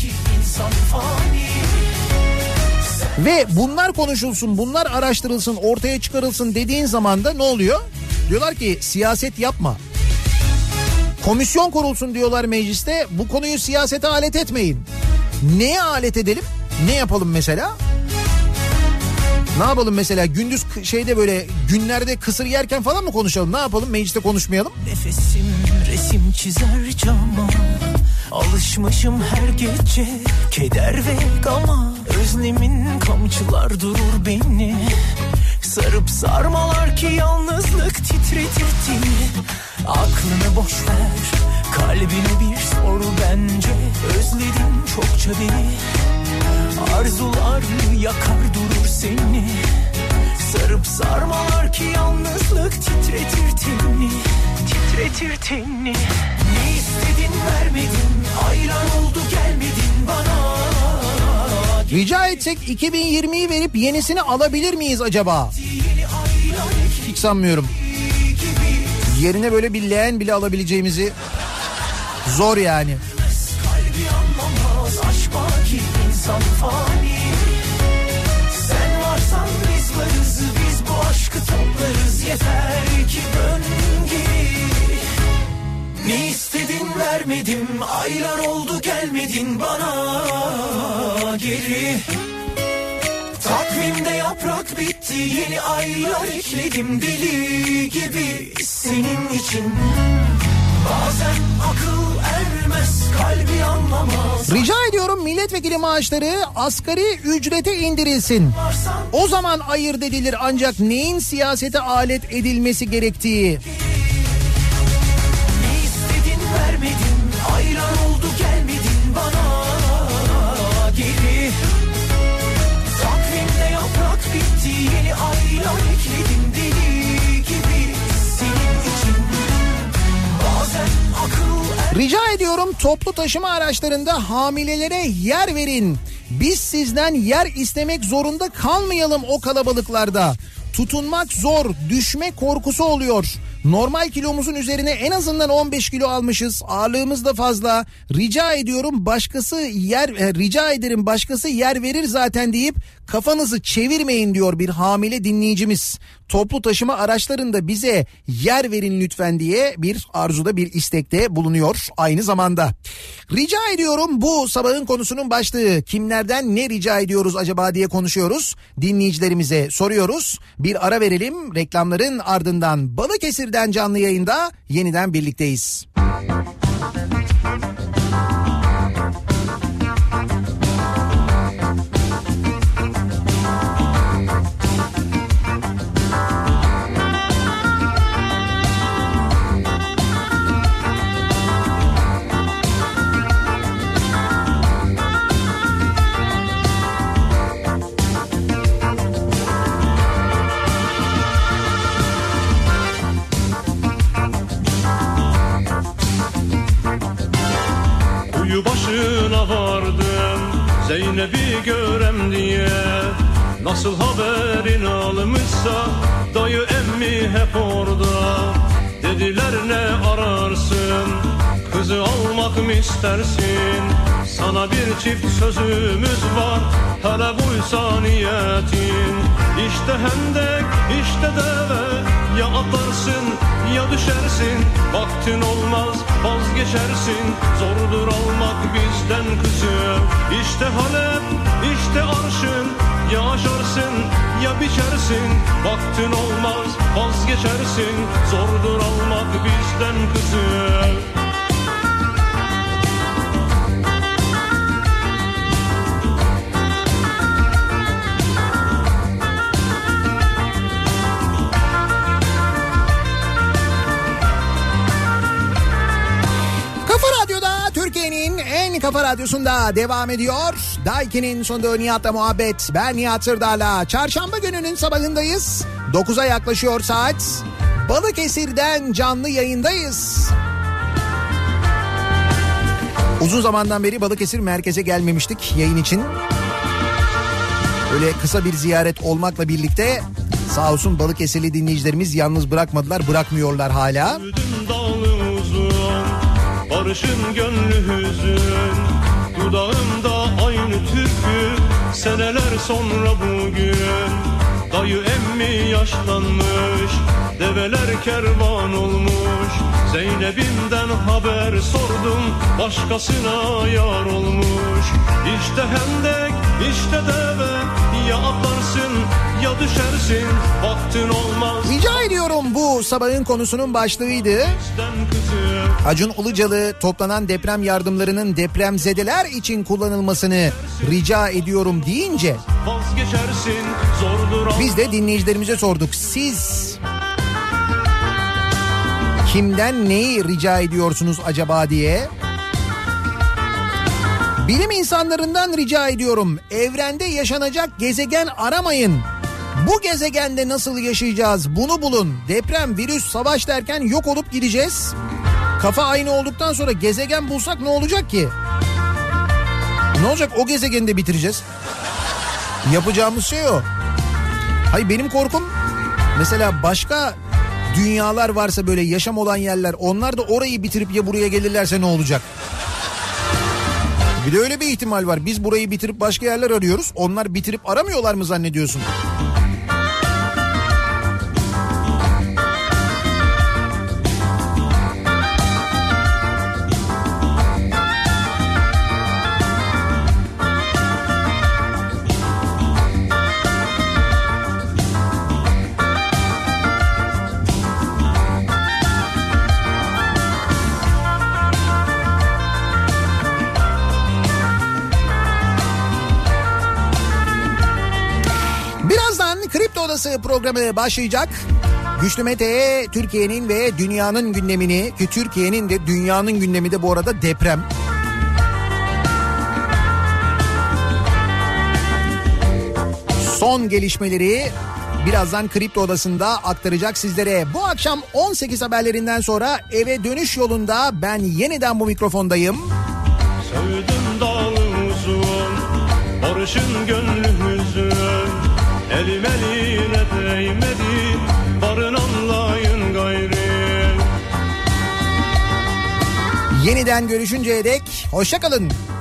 Ve bunlar konuşulsun, bunlar araştırılsın, ortaya çıkarılsın dediğin zaman da ne oluyor? Diyorlar ki siyaset yapma. Komisyon kurulsun diyorlar mecliste. Bu konuyu siyasete alet etmeyin. Neye alet edelim? Ne yapalım mesela? Ne yapalım mesela? Gündüz şeyde böyle günlerde kısır yerken falan mı konuşalım? Ne yapalım? Mecliste konuşmayalım. Nefesim resim çizer cama. Alışmışım her gece keder ve gama. Özlemin kamçılar durur beni. Sarıp sarmalar ki yalnızlık titretirdi. Aklını boş ver, kalbine bir sor bence. Özledim çokça beni. Arzular yakar durur seni. Sarıp sarmalar ki yalnızlık titretir tenini. Titretir tenini. Ne istedin vermedin, ayran oldu gelmedin bana. Rica etsek 2020'yi verip yenisini alabilir miyiz acaba? Hiç sanmıyorum. Yerine böyle bir leğen bile alabileceğimizi zor yani. Kalbi anlamaz aşk baki insan fani. Sen varsan biz varız, biz bu aşkı toplarız. Yeter ki dön geri. Ne istedin vermedim, aylar oldu gelmedin bana geri. Takvimde yaprak bitti, yeni aylar ekledim deli gibi senin için. Bazen akıl ermez, kalbi anlamaz. Rica ediyorum milletvekili maaşları asgari ücrete indirilsin. O zaman ayırt edilir ancak neyin siyasete alet edilmesi gerektiği. Ne istedin vermedin, ayran oldu gelmedin bana geri. Takvimde yaprak bitti, yeni aylar ekledim deli gibi senin için. Bazen akıl Rica ediyorum toplu taşıma araçlarında hamilelere yer verin. Biz sizden yer istemek zorunda kalmayalım o kalabalıklarda. Tutunmak zor, düşme korkusu oluyor. Normal kilomuzun üzerine en azından 15 kilo almışız. Ağırlığımız da fazla. Rica ederim başkası yer verir zaten deyip kafanızı çevirmeyin diyor bir hamile dinleyicimiz. Toplu taşıma araçlarında bize yer verin lütfen diye bir arzuda, bir istekte bulunuyor aynı zamanda. Rica ediyorum bu sabahın konusunun başlığı. Kimlerden ne rica ediyoruz acaba diye konuşuyoruz. Dinleyicilerimize soruyoruz. Bir ara verelim. Reklamların ardından Balıkesir'den canlı yayında yeniden birlikteyiz. Başına vardım Zeynep'i görem diye. Nasıl haberin almışsa dayı emmi hep orada. Dediler ne ararsın, kızı almak mı istersin? Sana bir çift sözümüz var, hele buysa niyetin. İşte hendek, işte deve, ya atlarsın ya düşersin. Vaktin olmaz vazgeçersin, zordur almak bizden kızı. İşte Halep, işte arşın, ya aşarsın ya biçersin. Vaktin olmaz vazgeçersin, zordur almak bizden kızı. Kafa Radyosu'nda devam ediyor. Daiki'nin sonunda Nihat'la muhabbet. Ben Nihat Sırdar'la. Çarşamba gününün sabahındayız. 9'a yaklaşıyor saat. Balıkesir'den canlı yayındayız. Uzun zamandan beri Balıkesir merkeze gelmemiştik yayın için. Öyle kısa bir ziyaret olmakla birlikte sağ olsun Balıkesirli dinleyicilerimiz yalnız bırakmadılar, bırakmıyorlar hala. Barışın gönlü hüzün, dudağımda aynı türkü. Seneler sonra bugün dayı emmi yaşlanmış, develer kervan olmuş. Zeynep'imden haber sordum, başkasına yar olmuş. İşte hendek, işte deve, ya atlarsın ya düşersin, vaktin olmaz. Rica ediyorum, bu sabahın konusunun başlığıydı. Acun Ilıcalı toplanan deprem yardımlarının depremzedeler için kullanılmasını rica ediyorum deyince biz de dinleyicilerimize sorduk. Siz kimden neyi rica ediyorsunuz acaba diye. Bilim insanlarından rica ediyorum. Evrende yaşanacak gezegen aramayın. Bu gezegende nasıl yaşayacağız bunu bulun. Deprem, virüs, savaş derken yok olup gideceğiz. Kafa aynı olduktan sonra gezegen bulsak ne olacak ki? Ne olacak, o gezegeni de bitireceğiz. Yapacağımız şey o. Hayır, benim korkum mesela başka dünyalar varsa, böyle yaşam olan yerler, onlar da orayı bitirip ya buraya gelirlerse ne olacak? Bir de öyle bir ihtimal var. Biz burayı bitirip başka yerler arıyoruz. Onlar bitirip aramıyorlar mı zannediyorsun? Kripto Odası programı başlayacak. Güçlü Mete Türkiye'nin ve dünyanın gündemini, ki Türkiye'nin de dünyanın gündemi de bu arada deprem. Son gelişmeleri birazdan Kripto Odası'nda aktaracak sizlere. Bu akşam 18 haberlerinden sonra eve dönüş yolunda ben yeniden bu mikrofondayım. Sevdim dalı uzun, barışın gönlümüzün. Elim eline değmedi, varın anlayın gayri. Yeniden görüşünceye dek hoşça kalın.